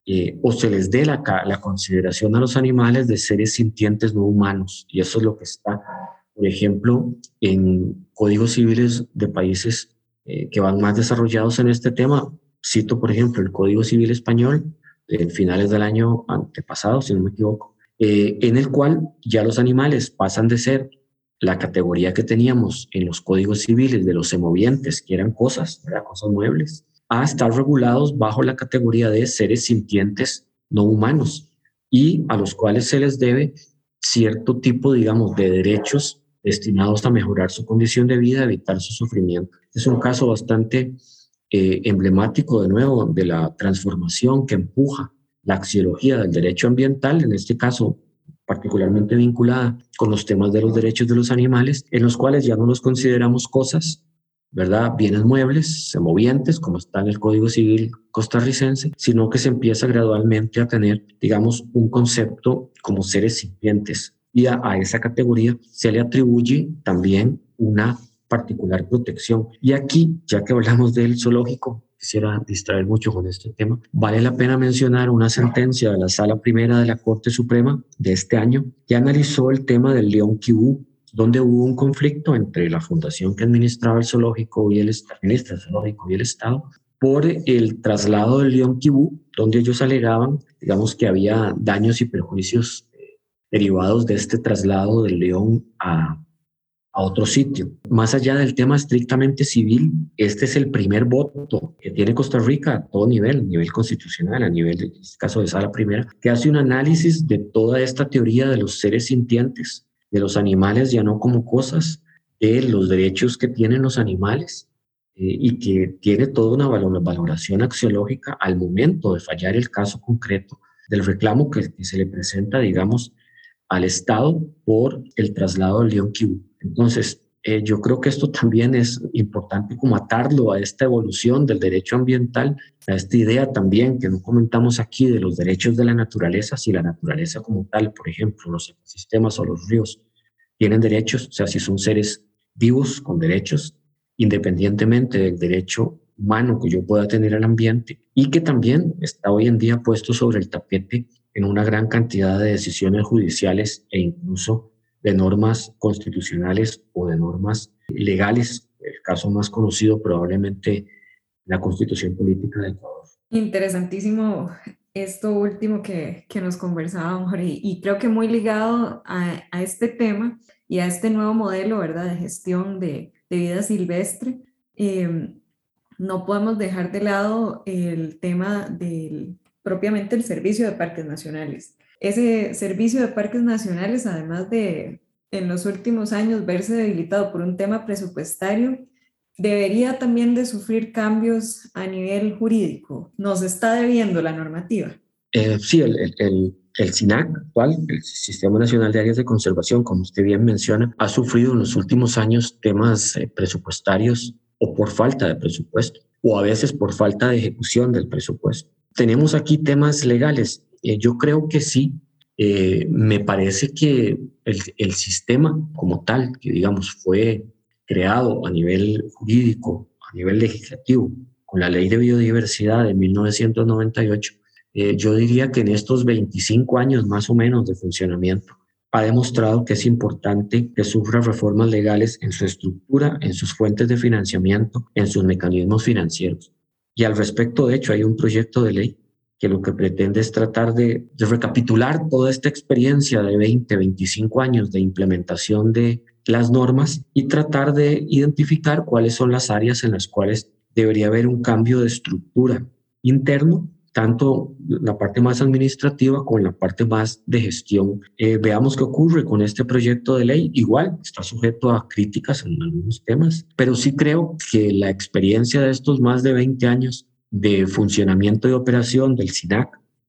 o se les dé la consideración a los animales de seres sintientes no humanos. Y eso es lo que está, por ejemplo, en códigos civiles de países que van más desarrollados en este tema. Cito, por ejemplo, el Código Civil Español, de finales del año antepasado, si no me equivoco, en el cual ya los animales pasan de ser la categoría que teníamos en los códigos civiles de los semovientes, que eran cosas, ¿verdad? Cosas muebles, a estar regulados bajo la categoría de seres sintientes no humanos y a los cuales se les debe cierto tipo, digamos, de derechos destinados a mejorar su condición de vida, evitar su sufrimiento. Es un caso bastante emblemático, de nuevo, de la transformación que empuja la axiología del derecho ambiental, en este caso particularmente vinculada con los temas de los derechos de los animales, en los cuales ya no los consideramos cosas, ¿verdad? Bienes muebles, semovientes, como está en el Código Civil costarricense, sino que se empieza gradualmente a tener, digamos, un concepto como seres sintientes. Y a esa categoría se le atribuye también una particular protección. Y aquí, ya que hablamos del zoológico, quisiera distraer mucho con este tema, vale la pena mencionar una sentencia de la Sala Primera de la Corte Suprema de este año que analizó el tema del león kibú, donde hubo un conflicto entre la fundación que administraba el zoológico y el Estado por el traslado del león kibú, donde ellos alegaban, digamos, que había daños y perjuicios derivados de este traslado del león a otro sitio. Más allá del tema estrictamente civil, este es el primer voto que tiene Costa Rica a todo nivel constitucional, a nivel, en este caso de Sala Primera, que hace un análisis de toda esta teoría de los seres sintientes, de los animales ya no como cosas, de los derechos que tienen los animales y que tiene toda una valoración axiológica al momento de fallar el caso concreto del reclamo que se le presenta, digamos, al Estado por el traslado del león kibú. Entonces, yo creo que esto también es importante como atarlo a esta evolución del derecho ambiental, a esta idea también que no comentamos aquí de los derechos de la naturaleza, si la naturaleza como tal, por ejemplo, los ecosistemas o los ríos tienen derechos, o sea, si son seres vivos con derechos, independientemente del derecho humano que yo pueda tener al ambiente y que también está hoy en día puesto sobre el tapete en una gran cantidad de decisiones judiciales e incluso de normas constitucionales o de normas legales. El caso más conocido probablemente la Constitución Política de Ecuador. Interesantísimo esto último que nos conversábamos, Jorge, y creo que muy ligado a este tema y a este nuevo modelo, ¿verdad?, de gestión de vida silvestre. No podemos dejar de lado el tema del propiamente el servicio de parques nacionales. Ese servicio de parques nacionales, además de en los últimos años verse debilitado por un tema presupuestario, debería también de sufrir cambios a nivel jurídico. Nos está debiendo la normativa. Sí, el SINAC actual, el Sistema Nacional de Áreas de Conservación, como usted bien menciona, ha sufrido en los últimos años temas presupuestarios o por falta de presupuesto, o a veces por falta de ejecución del presupuesto. Tenemos aquí temas legales. Yo creo que sí. Me parece que el sistema como tal, que digamos fue creado a nivel jurídico, a nivel legislativo, con la Ley de Biodiversidad de 1998, Yo diría que en estos 25 años más o menos de funcionamiento, ha demostrado que es importante que sufra reformas legales en su estructura, en sus fuentes de financiamiento, en sus mecanismos financieros. Y al respecto, de hecho, hay un proyecto de ley que lo que pretende es tratar de recapitular toda esta experiencia de 20, 25 años de implementación de las normas y tratar de identificar cuáles son las áreas en las cuales debería haber un cambio de estructura interno, tanto la parte más administrativa como la parte más de gestión. Veamos qué ocurre con este proyecto de ley. Igual está sujeto a críticas en algunos temas, pero sí creo que la experiencia de estos más de 20 años de funcionamiento y operación del SINAC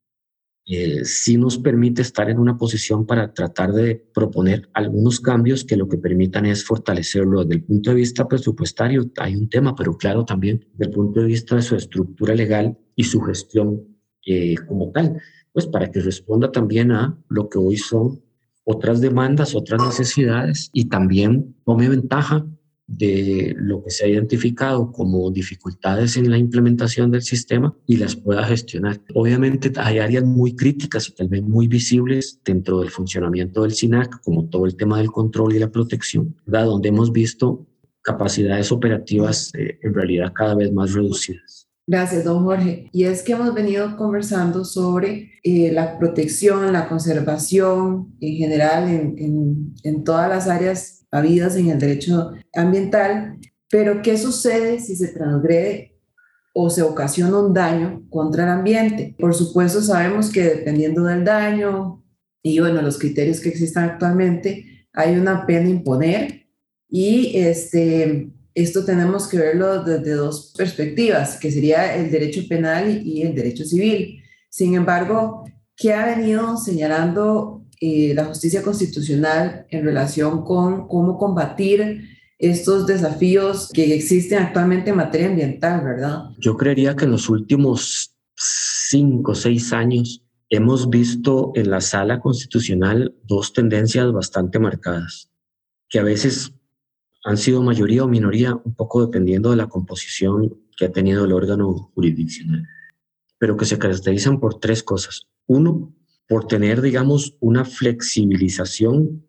sí nos permite estar en una posición para tratar de proponer algunos cambios que lo que permitan es fortalecerlo desde el punto de vista presupuestario. Hay un tema, pero claro, también desde el punto de vista de su estructura legal y su gestión como tal, pues para que responda también a lo que hoy son otras demandas, otras necesidades y también tome ventaja de lo que se ha identificado como dificultades en la implementación del sistema y las pueda gestionar. Obviamente hay áreas muy críticas y tal vez muy visibles dentro del funcionamiento del SINAC, como todo el tema del control y la protección, ¿verdad? Donde hemos visto capacidades operativas en realidad cada vez más reducidas. Gracias, don Jorge. Y es que hemos venido conversando sobre la protección, la conservación en general en todas las áreas habidas en el derecho ambiental, pero ¿qué sucede si se transgrede o se ocasiona un daño contra el ambiente? Por supuesto, sabemos que dependiendo del daño y bueno, los criterios que existan actualmente, hay una pena a imponer y esto tenemos que verlo desde dos perspectivas, que sería el derecho penal y el derecho civil. Sin embargo, ¿qué ha venido señalando la justicia constitucional en relación con cómo combatir estos desafíos que existen actualmente en materia ambiental, verdad? Yo creería que en los últimos 5 o 6 años hemos visto en la sala constitucional dos tendencias bastante marcadas, que a veces han sido mayoría o minoría, un poco dependiendo de la composición que ha tenido el órgano jurisdiccional, pero que se caracterizan por tres cosas. Uno, por tener, digamos, una flexibilización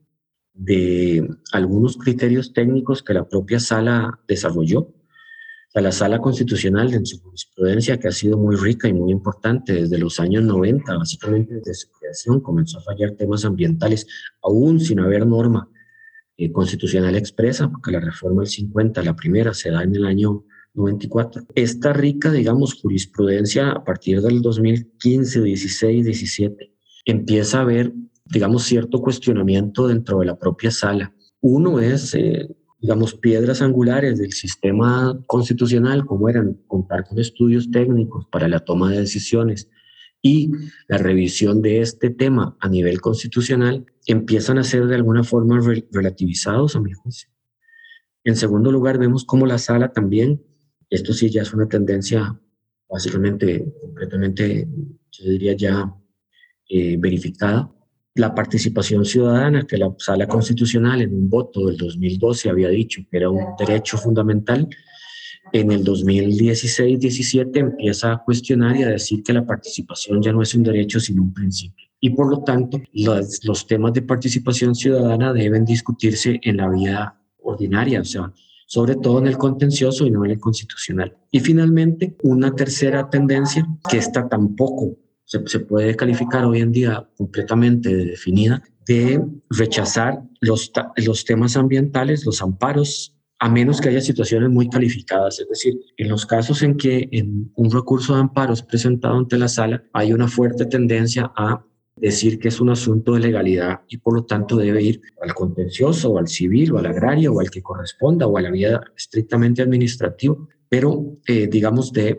de algunos criterios técnicos que la propia sala desarrolló. O sea, la sala constitucional en su jurisprudencia, que ha sido muy rica y muy importante desde los años 90, básicamente desde su creación, comenzó a fallar temas ambientales, aún sin haber norma constitucional expresa, porque la reforma del 50, la primera, se da en el año 94. Esta rica, digamos, jurisprudencia a partir del 2015, 16, 17, empieza a haber, digamos, cierto cuestionamiento dentro de la propia sala. Uno es, digamos, piedras angulares del sistema constitucional, como eran contar con estudios técnicos para la toma de decisiones y la revisión de este tema a nivel constitucional, empiezan a ser de alguna forma relativizados, a mi juicio. En segundo lugar, vemos cómo la sala también, esto sí ya es una tendencia básicamente, completamente, yo diría ya verificada, la participación ciudadana, que la sala constitucional en un voto del 2012 había dicho que era un derecho fundamental, en el 2016-17 empieza a cuestionar y a decir que la participación ya no es un derecho sino un principio. Y por lo tanto, los temas de participación ciudadana deben discutirse en la vía ordinaria, o sea, sobre todo en el contencioso y no en el constitucional. Y finalmente, una tercera tendencia, que esta tampoco se puede calificar hoy en día completamente definida, de rechazar los temas ambientales, los amparos, a menos que haya situaciones muy calificadas. Es decir, en los casos en que en un recurso de amparo es presentado ante la sala, hay una fuerte tendencia a decir que es un asunto de legalidad y por lo tanto debe ir al contencioso o al civil o al agrario o al que corresponda o a la vía estrictamente administrativa, pero digamos de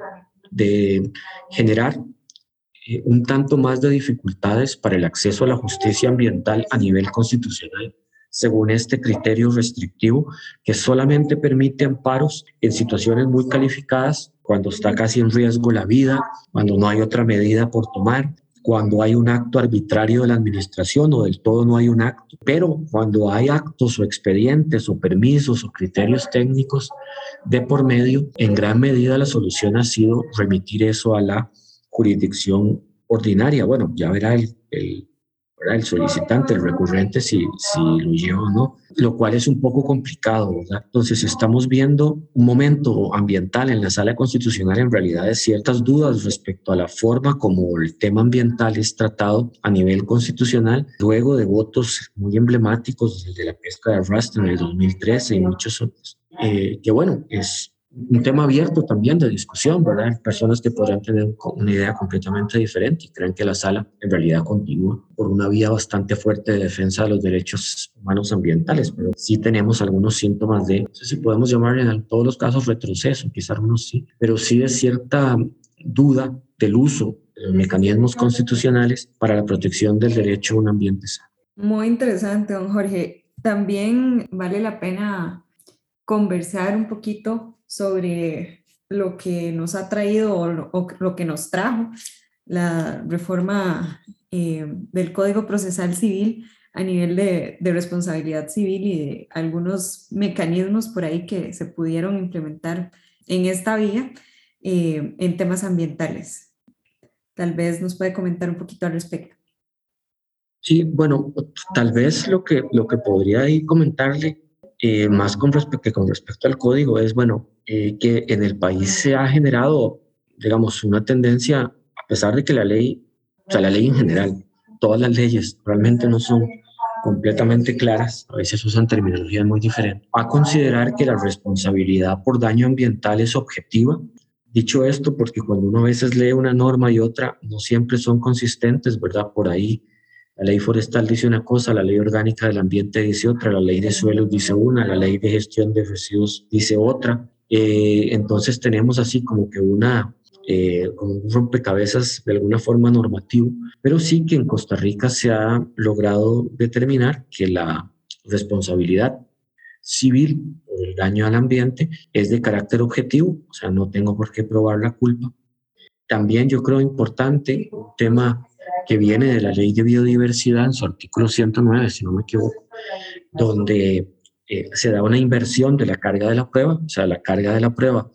generar un tanto más de dificultades para el acceso a la justicia ambiental a nivel constitucional, según este criterio restrictivo que solamente permite amparos en situaciones muy calificadas, cuando está casi en riesgo la vida, cuando no hay otra medida por tomar, cuando hay un acto arbitrario de la administración o del todo no hay un acto, pero cuando hay actos o expedientes o permisos o criterios técnicos de por medio, en gran medida la solución ha sido remitir eso a la jurisdicción ordinaria, bueno, ya verá ¿verdad? El solicitante, el recurrente, si lo lleva o no, lo cual es un poco complicado, ¿verdad? Entonces, estamos viendo un momento ambiental en la Sala Constitucional, en realidad, de ciertas dudas respecto a la forma como el tema ambiental es tratado a nivel constitucional, luego de votos muy emblemáticos, el de la pesca de arrastre en el 2013 y muchos otros, que bueno, es un tema abierto también de discusión, ¿verdad? Hay personas que podrán tener una idea completamente diferente y creen que la sala en realidad continúa por una vía bastante fuerte de defensa de los derechos humanos ambientales, pero sí tenemos algunos síntomas de, no sé si podemos llamarle en todos los casos retroceso, quizás algunos sí, pero sí de cierta duda del uso de los mecanismos constitucionales para la protección del derecho a un ambiente sano. Muy interesante, don Jorge. También vale la pena conversar un poquito sobre lo que nos ha traído o lo que nos trajo la reforma del Código Procesal Civil a nivel de responsabilidad civil y de algunos mecanismos por ahí que se pudieron implementar en esta vía en temas ambientales. Tal vez nos puede comentar un poquito al respecto. Sí, bueno, tal vez lo que podría ahí comentarle más con respecto al código es, bueno, que en el país se ha generado, digamos, una tendencia, a pesar de que la ley, o sea, la ley en general, todas las leyes realmente no son completamente claras, a veces usan terminologías muy diferentes, a considerar que la responsabilidad por daño ambiental es objetiva. Dicho esto, porque cuando uno a veces lee una norma y otra, no siempre son consistentes, ¿verdad? Por ahí la ley forestal dice una cosa, la ley orgánica del ambiente dice otra, la ley de suelos dice una, la ley de gestión de residuos dice otra. Entonces tenemos así como que como un rompecabezas de alguna forma normativo, pero sí que en Costa Rica se ha logrado determinar que la responsabilidad civil por el daño al ambiente es de carácter objetivo, o sea, no tengo por qué probar la culpa. También yo creo importante un tema que viene de la Ley de Biodiversidad en su artículo 109, si no me equivoco, donde se da una inversión de la carga de la prueba, o sea, la carga de la prueba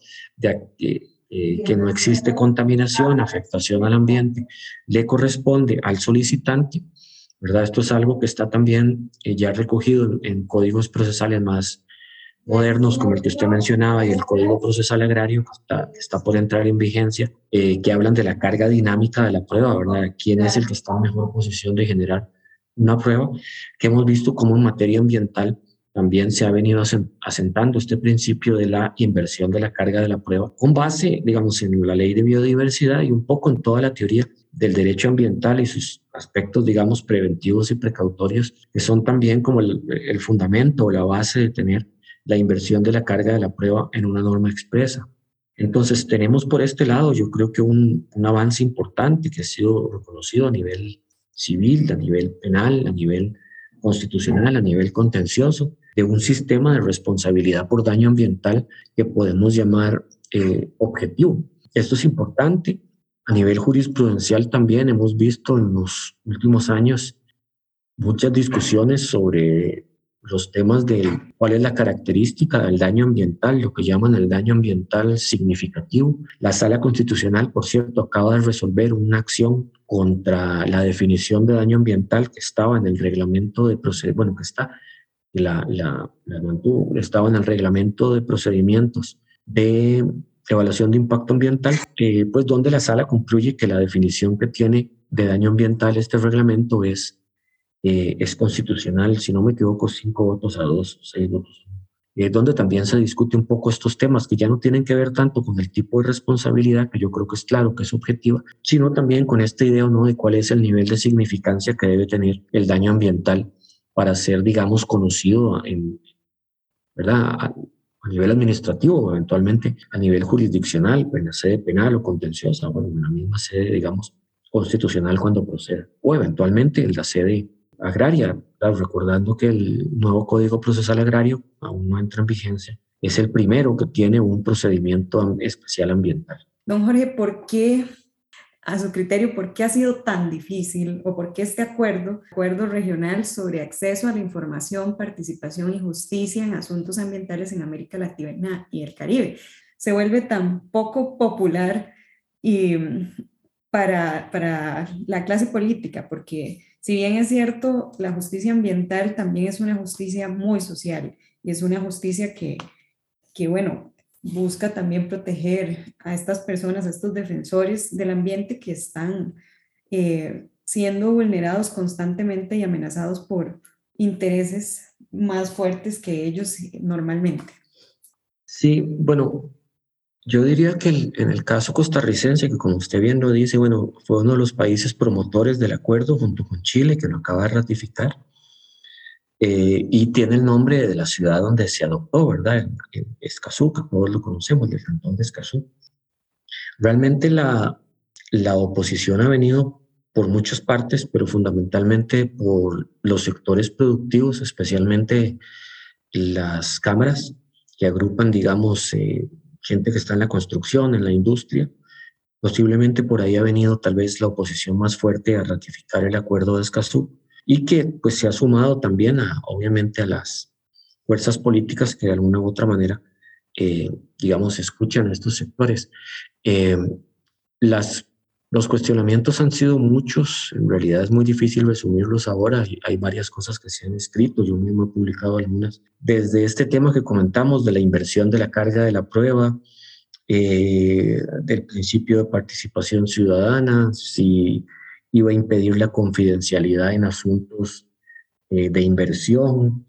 que no existe contaminación, afectación al ambiente, le corresponde al solicitante, ¿verdad? Esto es algo que está también ya recogido en códigos procesales más modernos como el que usted mencionaba y el Código Procesal Agrario que está por entrar en vigencia, que hablan de la carga dinámica de la prueba, ¿verdad? ¿Quién es el que está en mejor posición de generar una prueba? Que hemos visto cómo en materia ambiental también se ha venido asentando este principio de la inversión de la carga de la prueba con base, digamos, en la ley de biodiversidad y un poco en toda la teoría del derecho ambiental y sus aspectos, digamos, preventivos y precautorios, que son también como el fundamento o la base de tener la inversión de la carga de la prueba en una norma expresa. Entonces, tenemos por este lado, yo creo que un avance importante que ha sido reconocido a nivel civil, a nivel penal, a nivel constitucional, a nivel contencioso, de un sistema de responsabilidad por daño ambiental que podemos llamar objetivo. Esto es importante. A nivel jurisprudencial también hemos visto en los últimos años muchas discusiones sobre los temas de cuál es la característica del daño ambiental, lo que llaman el daño ambiental significativo. La Sala Constitucional, por cierto, acaba de resolver una acción contra la definición de daño ambiental que estaba en el reglamento de procedimientos, bueno, que está, la mantuvo, estaba en el reglamento de procedimientos de evaluación de impacto ambiental, pues donde la Sala concluye que la definición que tiene de daño ambiental este reglamento es constitucional, si no me equivoco, 5 votos a 2, 6 votos. Donde también se discute un poco estos temas que ya no tienen que ver tanto con el tipo de responsabilidad, que yo creo que es claro que es objetiva, sino también con esta idea, ¿no?, de cuál es el nivel de significancia que debe tener el daño ambiental para ser, digamos, conocido ¿verdad? A nivel administrativo o eventualmente a nivel jurisdiccional, en la sede penal o contenciosa, bueno, en la misma sede, digamos, constitucional cuando proceda, o eventualmente en la sede agraria, claro, recordando que el nuevo Código Procesal Agrario aún no entra en vigencia, es el primero que tiene un procedimiento especial ambiental. Don Jorge, ¿por qué, a su criterio, por qué ha sido tan difícil o por qué este acuerdo regional sobre acceso a la información, participación y justicia en asuntos ambientales en América Latina y el Caribe se vuelve tan poco popular y para la clase política, porque si bien es cierto, la justicia ambiental también es una justicia muy social y es una justicia bueno, busca también proteger a estas personas, a estos defensores del ambiente que están siendo vulnerados constantemente y amenazados por intereses más fuertes que ellos normalmente. Sí, bueno, yo diría que en el caso costarricense, que como usted bien lo dice, bueno, fue uno de los países promotores del acuerdo junto con Chile, que lo acaba de ratificar, y tiene el nombre de la ciudad donde se adoptó, ¿verdad? En Escazú, que todos lo conocemos, del cantón de Escazú. Realmente la oposición ha venido por muchas partes, pero fundamentalmente por los sectores productivos, especialmente las cámaras que agrupan, digamos, gente que está en la construcción, en la industria. Posiblemente por ahí ha venido tal vez la oposición más fuerte a ratificar el acuerdo de Escazú y que pues se ha sumado también obviamente a las fuerzas políticas que de alguna u otra manera, digamos, escuchan a estos sectores. Eh, las, los cuestionamientos han sido muchos, en realidad es muy difícil resumirlos ahora, hay varias cosas que se han escrito, yo mismo he publicado algunas, desde este tema que comentamos de la inversión de la carga de la prueba, del principio de participación ciudadana, si iba a impedir la confidencialidad en asuntos de inversión,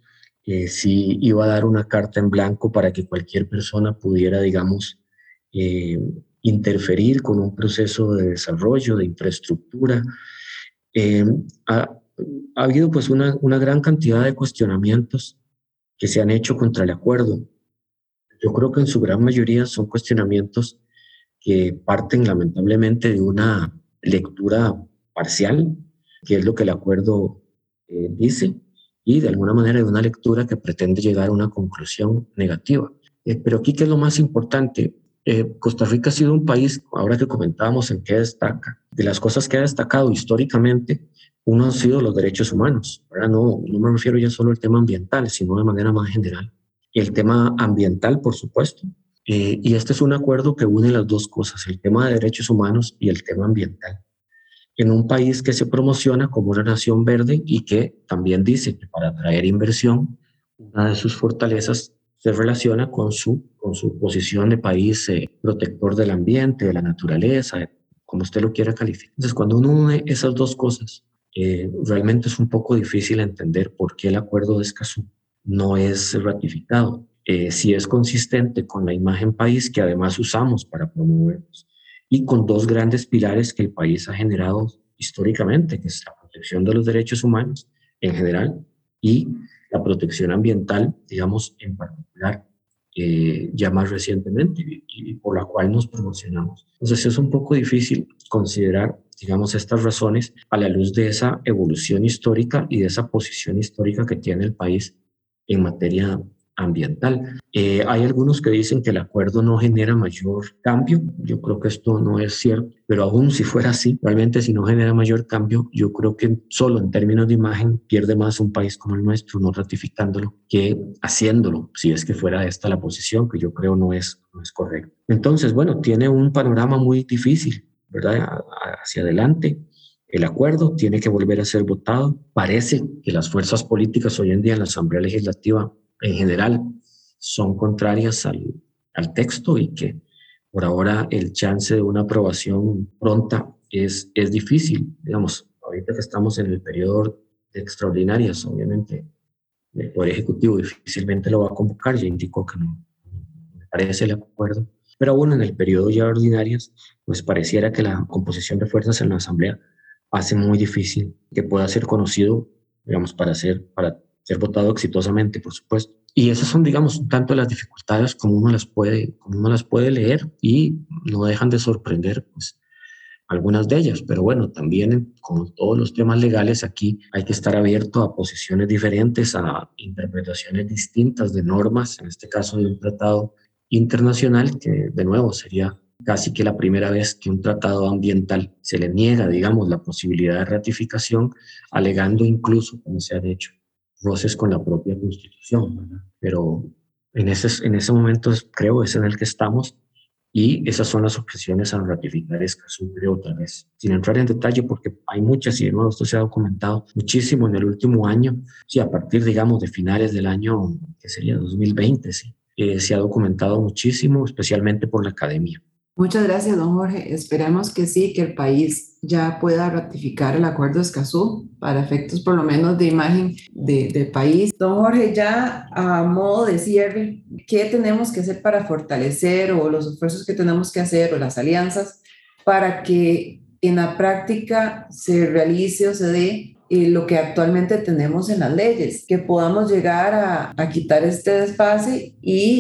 si iba a dar una carta en blanco para que cualquier persona pudiera, digamos, eh, interferir con un proceso de desarrollo, de infraestructura. Eh, ha, ha habido pues una gran cantidad de cuestionamientos que se han hecho contra el acuerdo. Yo creo que en su gran mayoría son cuestionamientos que parten lamentablemente de una lectura parcial, que es lo que el acuerdo dice, y de alguna manera de una lectura que pretende llegar a una conclusión negativa. Pero aquí, ¿qué es lo más importante? Costa Rica ha sido un país, ahora que comentábamos en qué destaca, de las cosas que ha destacado históricamente, uno han sido los derechos humanos. Ahora no me refiero ya solo al tema ambiental, sino de manera más general. Y el tema ambiental, por supuesto, y este es un acuerdo que une las dos cosas, el tema de derechos humanos y el tema ambiental. En un país que se promociona como una nación verde y que también dice que para atraer inversión, una de sus fortalezas se relaciona con su posición de país protector del ambiente, de la naturaleza, como usted lo quiera calificar. Entonces, cuando uno une esas dos cosas, realmente es un poco difícil entender por qué el acuerdo de Escazú no es ratificado. Si es consistente con la imagen país que además usamos para promovernos y con dos grandes pilares que el país ha generado históricamente, que es la protección de los derechos humanos en general y la protección ambiental, digamos, en particular, ya más recientemente y por la cual nos promocionamos. Entonces es un poco difícil considerar, digamos, estas razones a la luz de esa evolución histórica y de esa posición histórica que tiene el país en materia ambiental. Hay algunos que dicen que el acuerdo no genera mayor cambio. Yo creo que esto no es cierto, pero aún si fuera así, realmente si no genera mayor cambio, yo creo que solo en términos de imagen pierde más un país como el nuestro no ratificándolo que haciéndolo, si es que fuera esta la posición, que yo creo no es correcta. Entonces, bueno, tiene un panorama muy difícil, ¿verdad? Hacia adelante. El acuerdo tiene que volver a ser votado. Parece que las fuerzas políticas hoy en día en la Asamblea Legislativa en general son contrarias al texto y que por ahora el chance de una aprobación pronta es difícil. Digamos, ahorita que estamos en el periodo de extraordinarias, obviamente el Poder Ejecutivo difícilmente lo va a convocar, ya indicó que no me parece el acuerdo. Pero aún en el periodo ya ordinarias, pues pareciera que la composición de fuerzas en la Asamblea hace muy difícil que pueda ser conocido, digamos, para ser votado exitosamente, por supuesto. Y esas son, digamos, tanto las dificultades como uno las puede leer y no dejan de sorprender, pues, algunas de ellas. Pero bueno, también como todos los temas legales aquí hay que estar abierto a posiciones diferentes, a interpretaciones distintas de normas, en este caso de un tratado internacional que de nuevo sería casi que la primera vez que un tratado ambiental se le niega, digamos, la posibilidad de ratificación, alegando incluso, como se ha hecho, roces con la propia Constitución, ¿verdad? Pero en ese momento creo es en el que estamos y esas son las objeciones a ratificar Escazú, creo, tal vez, sin entrar en detalle, porque hay muchas y de nuevo esto se ha documentado muchísimo en el último año, sí, a partir, digamos, de finales del año, que sería 2020, sí, se ha documentado muchísimo, especialmente por la academia. Muchas gracias, don Jorge. Esperemos que sí, que el país ya pueda ratificar el Acuerdo de Escazú para efectos por lo menos de imagen de país. Don Jorge, ya a modo de cierre, ¿qué tenemos que hacer para fortalecer o los esfuerzos que tenemos que hacer o las alianzas para que en la práctica se realice o se dé lo que actualmente tenemos en las leyes? Que podamos llegar a quitar este desfase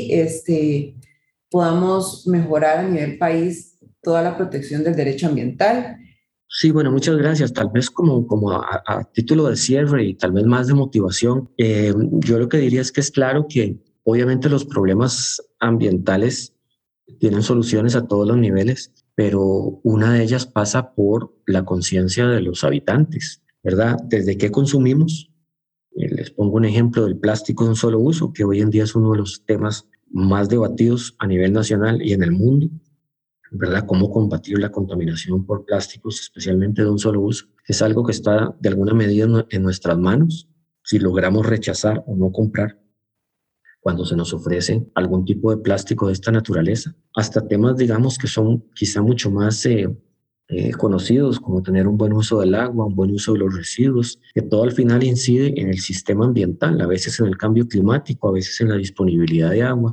y podamos mejorar a nivel país toda la protección del derecho ambiental. Sí, bueno, muchas gracias. Tal vez como a título de cierre y tal vez más de motivación, yo lo que diría es que es claro que obviamente los problemas ambientales tienen soluciones a todos los niveles, pero una de ellas pasa por la conciencia de los habitantes, ¿verdad? ¿Desde qué consumimos? Les pongo un ejemplo del plástico de un solo uso, que hoy en día es uno de los temas más debatidos a nivel nacional y en el mundo, ¿verdad? Cómo combatir la contaminación por plásticos, especialmente de un solo uso. Es algo que está de alguna medida en nuestras manos, si logramos rechazar o no comprar cuando se nos ofrece algún tipo de plástico de esta naturaleza, hasta temas, digamos, que son quizá mucho más conocidos, como tener un buen uso del agua, un buen uso de los residuos, que todo al final incide en el sistema ambiental, a veces en el cambio climático, a veces en la disponibilidad de agua,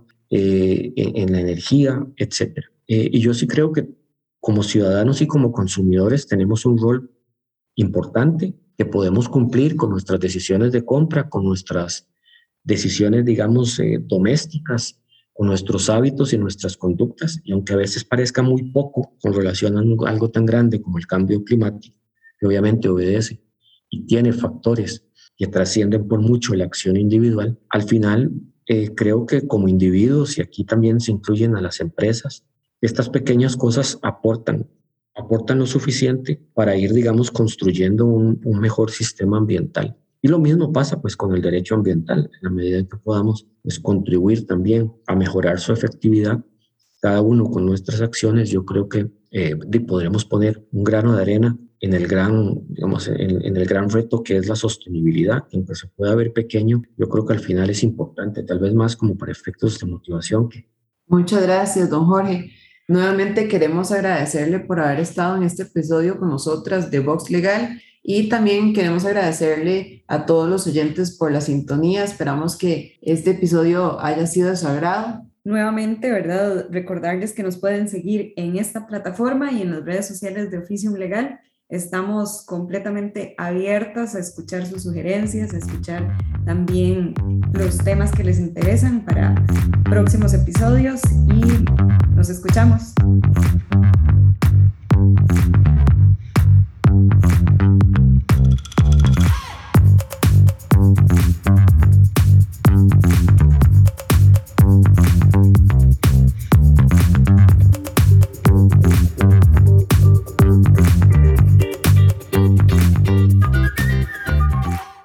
en la energía, etc. Y yo sí creo que como ciudadanos y como consumidores tenemos un rol importante que podemos cumplir con nuestras decisiones de compra, con nuestras decisiones, digamos, domésticas, con nuestros hábitos y nuestras conductas, y aunque a veces parezca muy poco con relación a algo tan grande como el cambio climático, que obviamente obedece y tiene factores que trascienden por mucho la acción individual, al final creo que como individuos, y aquí también se incluyen a las empresas, estas pequeñas cosas aportan lo suficiente para ir, digamos, construyendo un mejor sistema ambiental. Y lo mismo pasa pues con el derecho ambiental, en la medida en que podamos pues, contribuir también a mejorar su efectividad, cada uno con nuestras acciones, yo creo que podremos poner un grano de arena en el gran, digamos, en el gran reto que es la sostenibilidad, que aunque se pueda ver pequeño, yo creo que al final es importante, tal vez más como para efectos de motivación. Muchas gracias, don Jorge. Nuevamente queremos agradecerle por haber estado en este episodio con nosotras de Vox Legal. Y también queremos agradecerle a todos los oyentes por la sintonía. Esperamos que este episodio haya sido de su agrado. Nuevamente, ¿verdad? Recordarles que nos pueden seguir en esta plataforma y en las redes sociales de Oficium Legal. Estamos completamente abiertas a escuchar sus sugerencias, a escuchar también los temas que les interesan para próximos episodios y nos escuchamos.